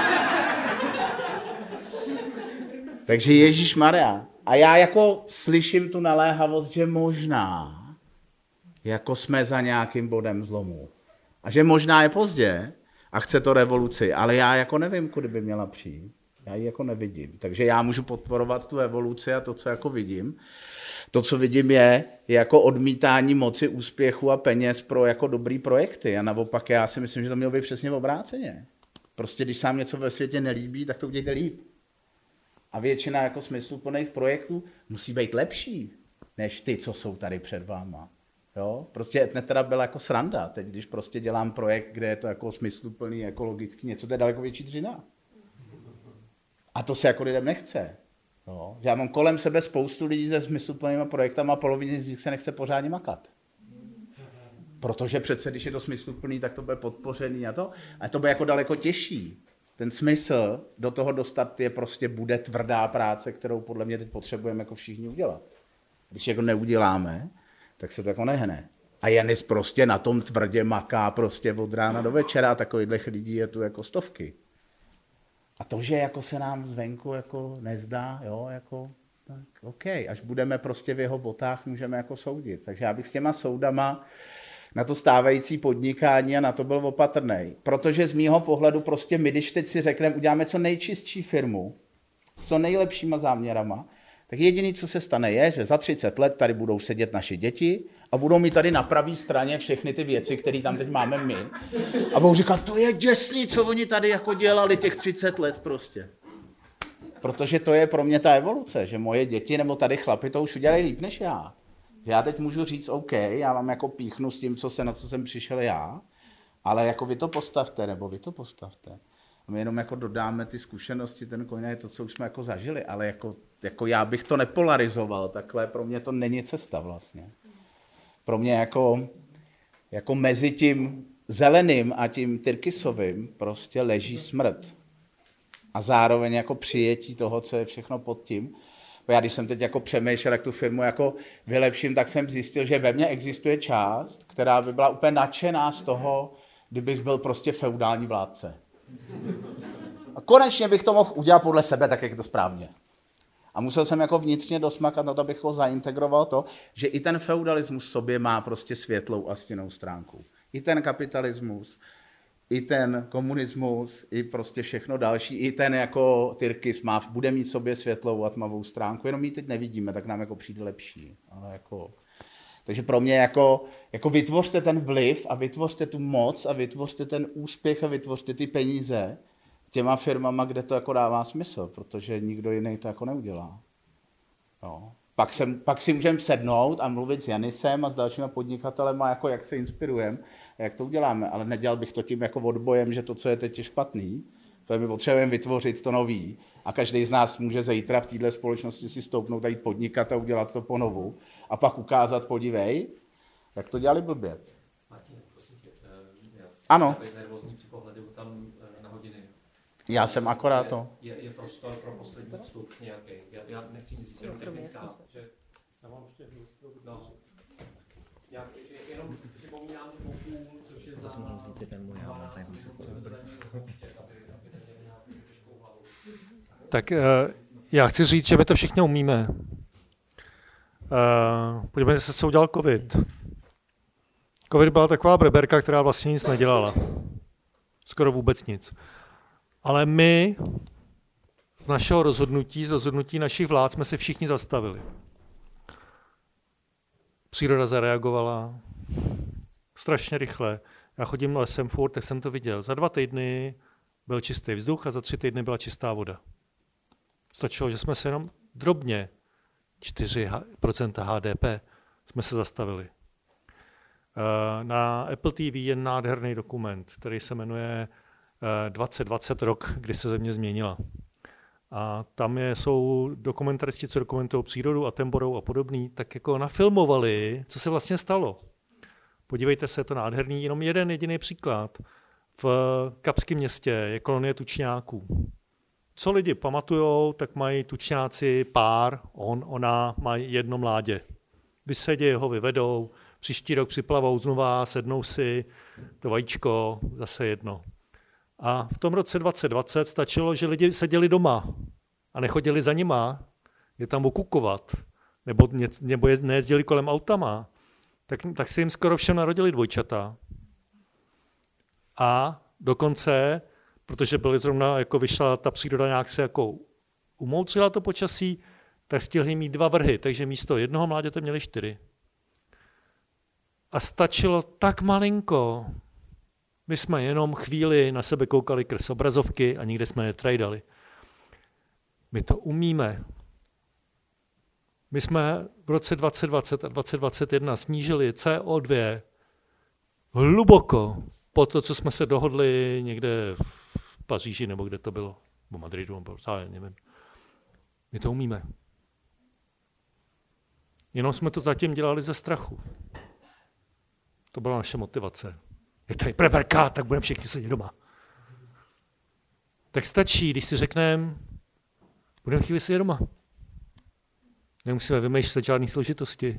F: Takže Ježíšmarja. A já jako slyším tu naléhavost, že možná jako jsme za nějakým bodem zlomu. A že možná je pozdě a chce to revoluci, ale já jako nevím, kudy by měla přijít. Já ji jako nevidím. Takže já můžu podporovat tu evoluci a to, co jako vidím. To, co vidím, je, je jako odmítání moci, úspěchu a peněz pro jako dobrý projekty. A naopak já si myslím, že to mělo být přesně obráceně. Prostě když se vám něco ve světě nelíbí, tak to udějte líp. A většina jako smysluplných projektů musí být lepší, než ty, co jsou tady před váma. Jo? Prostě Etnet teda byla jako sranda. Teď, když prostě dělám projekt, kde je to jako smysluplný, ekologický, něco, to je daleko větší dřina. A to se jako lidem nechce. Jo? Já mám kolem sebe spoustu lidí se smysluplnýma projektama a polovině z nich se nechce pořádně makat. Protože přece, když je to smysluplný, tak to bude podpořený a to. A to bude jako daleko těžší. Ten smysl do toho dostat je prostě bude tvrdá práce, kterou podle mě teď potřebujeme jako všichni udělat. Když jako neuděláme, tak se to jako nehne. A Janis prostě na tom tvrdě maká prostě od rána do večera a takových lidí je tu jako stovky. A to, že jako se nám zvenku jako nezdá, jo, jako, tak OK, až budeme prostě v jeho botách, můžeme jako soudit. Takže já bych s těma soudama na to stávající podnikání a na to byl opatrnej. Protože z mýho pohledu prostě my, když teď si řekneme, uděláme co nejčistší firmu, s co nejlepšíma záměrama, tak jediné, co se stane, je, že za třicet let tady budou sedět naše děti a budou mít tady na pravé straně všechny ty věci, které tam teď máme my. A budou říkat, to je děsný, co oni tady jako dělali těch třicet let prostě. Protože to je pro mě ta evoluce, že moje děti nebo tady chlapi to už udělají líp než já. Já teď můžu říct, OK, já vám jako píchnu s tím, co se, na co jsem přišel já, ale jako vy to postavte, nebo vy to postavte. A my jenom jako dodáme ty zkušenosti, ten koň je to, co už jsme jako zažili, ale jako, jako já bych to nepolarizoval, takhle pro mě to není cesta vlastně. Pro mě jako, jako mezi tím zeleným a tím tyrkysovým prostě leží smrt. A zároveň jako přijetí toho, co je všechno pod tím. Já když jsem teď jako přemýšlel, jak tu firmu jako vylepším, tak jsem zjistil, že ve mně existuje část, která by byla úplně nadšená z toho, kdybych byl prostě feudální vládce. A konečně bych to mohl udělat podle sebe, tak jak je to správně. A musel jsem jako vnitřně dosmakat na to, abych ho zaintegroval to, že i ten feudalismus v sobě má prostě světlou a stinnou stránku. I ten kapitalismus, i ten komunismus, i prostě všechno další, i ten jako tyrkys má, bude mít v sobě světlou a tmavou stránku, jenom ji teď nevidíme, tak nám jako přijde lepší. Ale jako... Takže pro mě jako, jako vytvořte ten vliv a vytvořte tu moc a vytvořte ten úspěch a vytvořte ty peníze těma firmama, kde to jako dává smysl, protože nikdo jiný to jako neudělá. Jo. Pak, sem, pak si můžeme sednout a mluvit s Janisem a s dalšíma podnikatelema, jako jak se inspirujeme a jak to uděláme, ale nedělal bych to tím jako odbojem, že to, co je teď, je špatný, protože my potřebujeme vytvořit to nový a každý z nás může zítra v této společnosti si stoupnout a jít podnikat a udělat to ponovu a pak ukázat, podívej, jak to dělali blbě.
A: Martin, prosím tě, já jsem
F: ano.
A: nervózní při pohledu tam na hodiny.
F: Já jsem akorát
A: je,
F: to.
A: Je, je prostor pro poslední vstup nějaký. Já, já nechci nic říct, jenom technická. Že... Já mám ještě no. Já jenom připomínám půl, což je za... To můžu říct ten můj, já
B: Tak já chci říct, že my to všichni umíme. Podívejte se, co udělal covid. Covid byla taková breberka, která vlastně nic nedělala. Skoro vůbec nic. Ale my z našeho rozhodnutí, z rozhodnutí našich vlád jsme se všichni zastavili. Příroda zareagovala strašně rychle. Já chodím lesem furt, tak jsem to viděl. Za dva týdny byl čistý vzduch a za tři týdny byla čistá voda. Stačilo, že jsme se jenom drobně, čtyři procenta H D P, jsme se zastavili. Na Apple T V je nádherný dokument, který se jmenuje dvacet dvacet rok, kdy se země změnila. A tam je, jsou dokumentaristi, co dokumentují přírodu a Temborou a podobný, tak jako nafilmovali, co se vlastně stalo. Podívejte se, je to nádherný, jenom jeden jediný příklad. V Kapském městě je kolonie tučňáků. Co lidi pamatujou, tak mají tučňáci pár, on, ona, mají jedno mládě. Vysedí ho, vyvedou, příští rok připlavou znova, sednou si, to vajíčko, zase jedno. A v tom roce dvacet dvacet stačilo, že lidi seděli doma a nechodili za nima, je tam okukovat, nebo, ně, nebo je, nejezdili kolem autama, tak, tak se jim skoro všem narodili dvojčata. A dokonce, protože byly zrovna, jako vyšla ta příroda nějak se jako umoucila to počasí, tak stihli mít dva vrhy, takže místo jednoho mláděte měli čtyři. A stačilo tak malinko, my jsme jenom chvíli na sebe koukali krz obrazovky a nikde jsme netrajdali. My to umíme. My jsme v roce dvacet dvacet a dvacet dvacet jedna snížili C O dva hluboko po to, co jsme se dohodli někde v Paříži, nebo kde to bylo, v Madridu, nebo zále, nevím. My to umíme. Jenom jsme to zatím dělali ze strachu. To byla naše motivace. Je tady preberka, tak budeme všichni sedět doma. Tak stačí, když si řekneme, budeme chvíli sedět doma. Nemusíme vymýšlet žádné složitosti.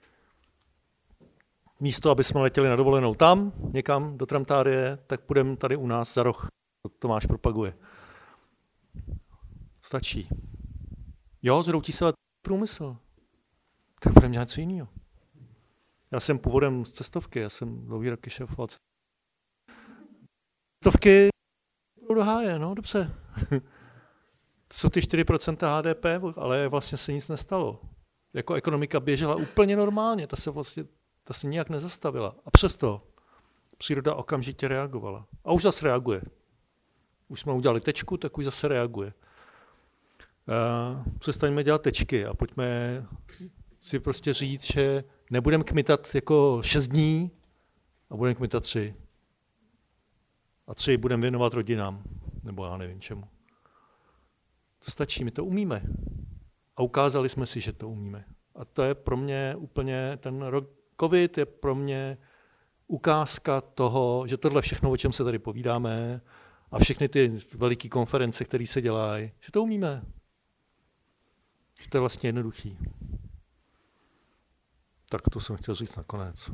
B: Místo, aby jsme letěli na dovolenou tam, někam do Tramtárie, tak půjdeme tady u nás za roh. To Tomáš propaguje. Stačí. Jo, zroutí se průmysl. Tak budeme dělat něco jiného. Já jsem původem z cestovky, já jsem dlouhý roky šéfoval. Cestovky do háje, no dobře. jsou ty čtyři procenta H D P, ale vlastně se nic nestalo. Jako ekonomika běžela úplně normálně, ta se vlastně ta se nijak nezastavila. A přesto příroda okamžitě reagovala. A už zase reaguje. Už jsme udělali tečku, tak už zase reaguje. Uh, přestaňme dělat tečky a pojďme si prostě říct, že nebudeme kmitat jako šest dní a budeme kmitat tři. A tři budeme věnovat rodinám, nebo já nevím čemu. To stačí, my to umíme. A ukázali jsme si, že to umíme. A to je pro mě úplně, ten rok covid je pro mě ukázka toho, že tohle všechno, o čem se tady povídáme, a všechny ty veliké konference, které se dělají, že to umíme. Že to je vlastně jednoduchý. Tak to jsem chtěl říct nakonec.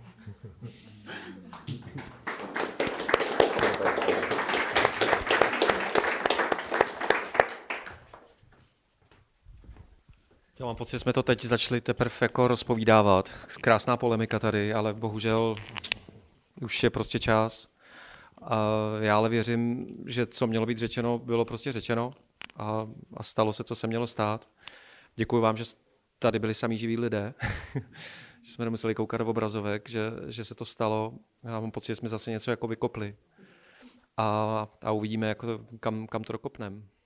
A: Já mám pocit, že jsme to teď začali teprve jako rozpovídávat. Krásná polemika tady, ale bohužel už je prostě čas. A já ale věřím, že co mělo být řečeno, bylo prostě řečeno a, a stalo se, co se mělo stát. Děkuji vám, že tady byli samí živí lidé, že jsme nemuseli koukat do obrazovek, že, že se to stalo. Já mám pocit, že jsme zase něco jako vykopli a, a uvidíme, jako, kam, kam to dokopneme.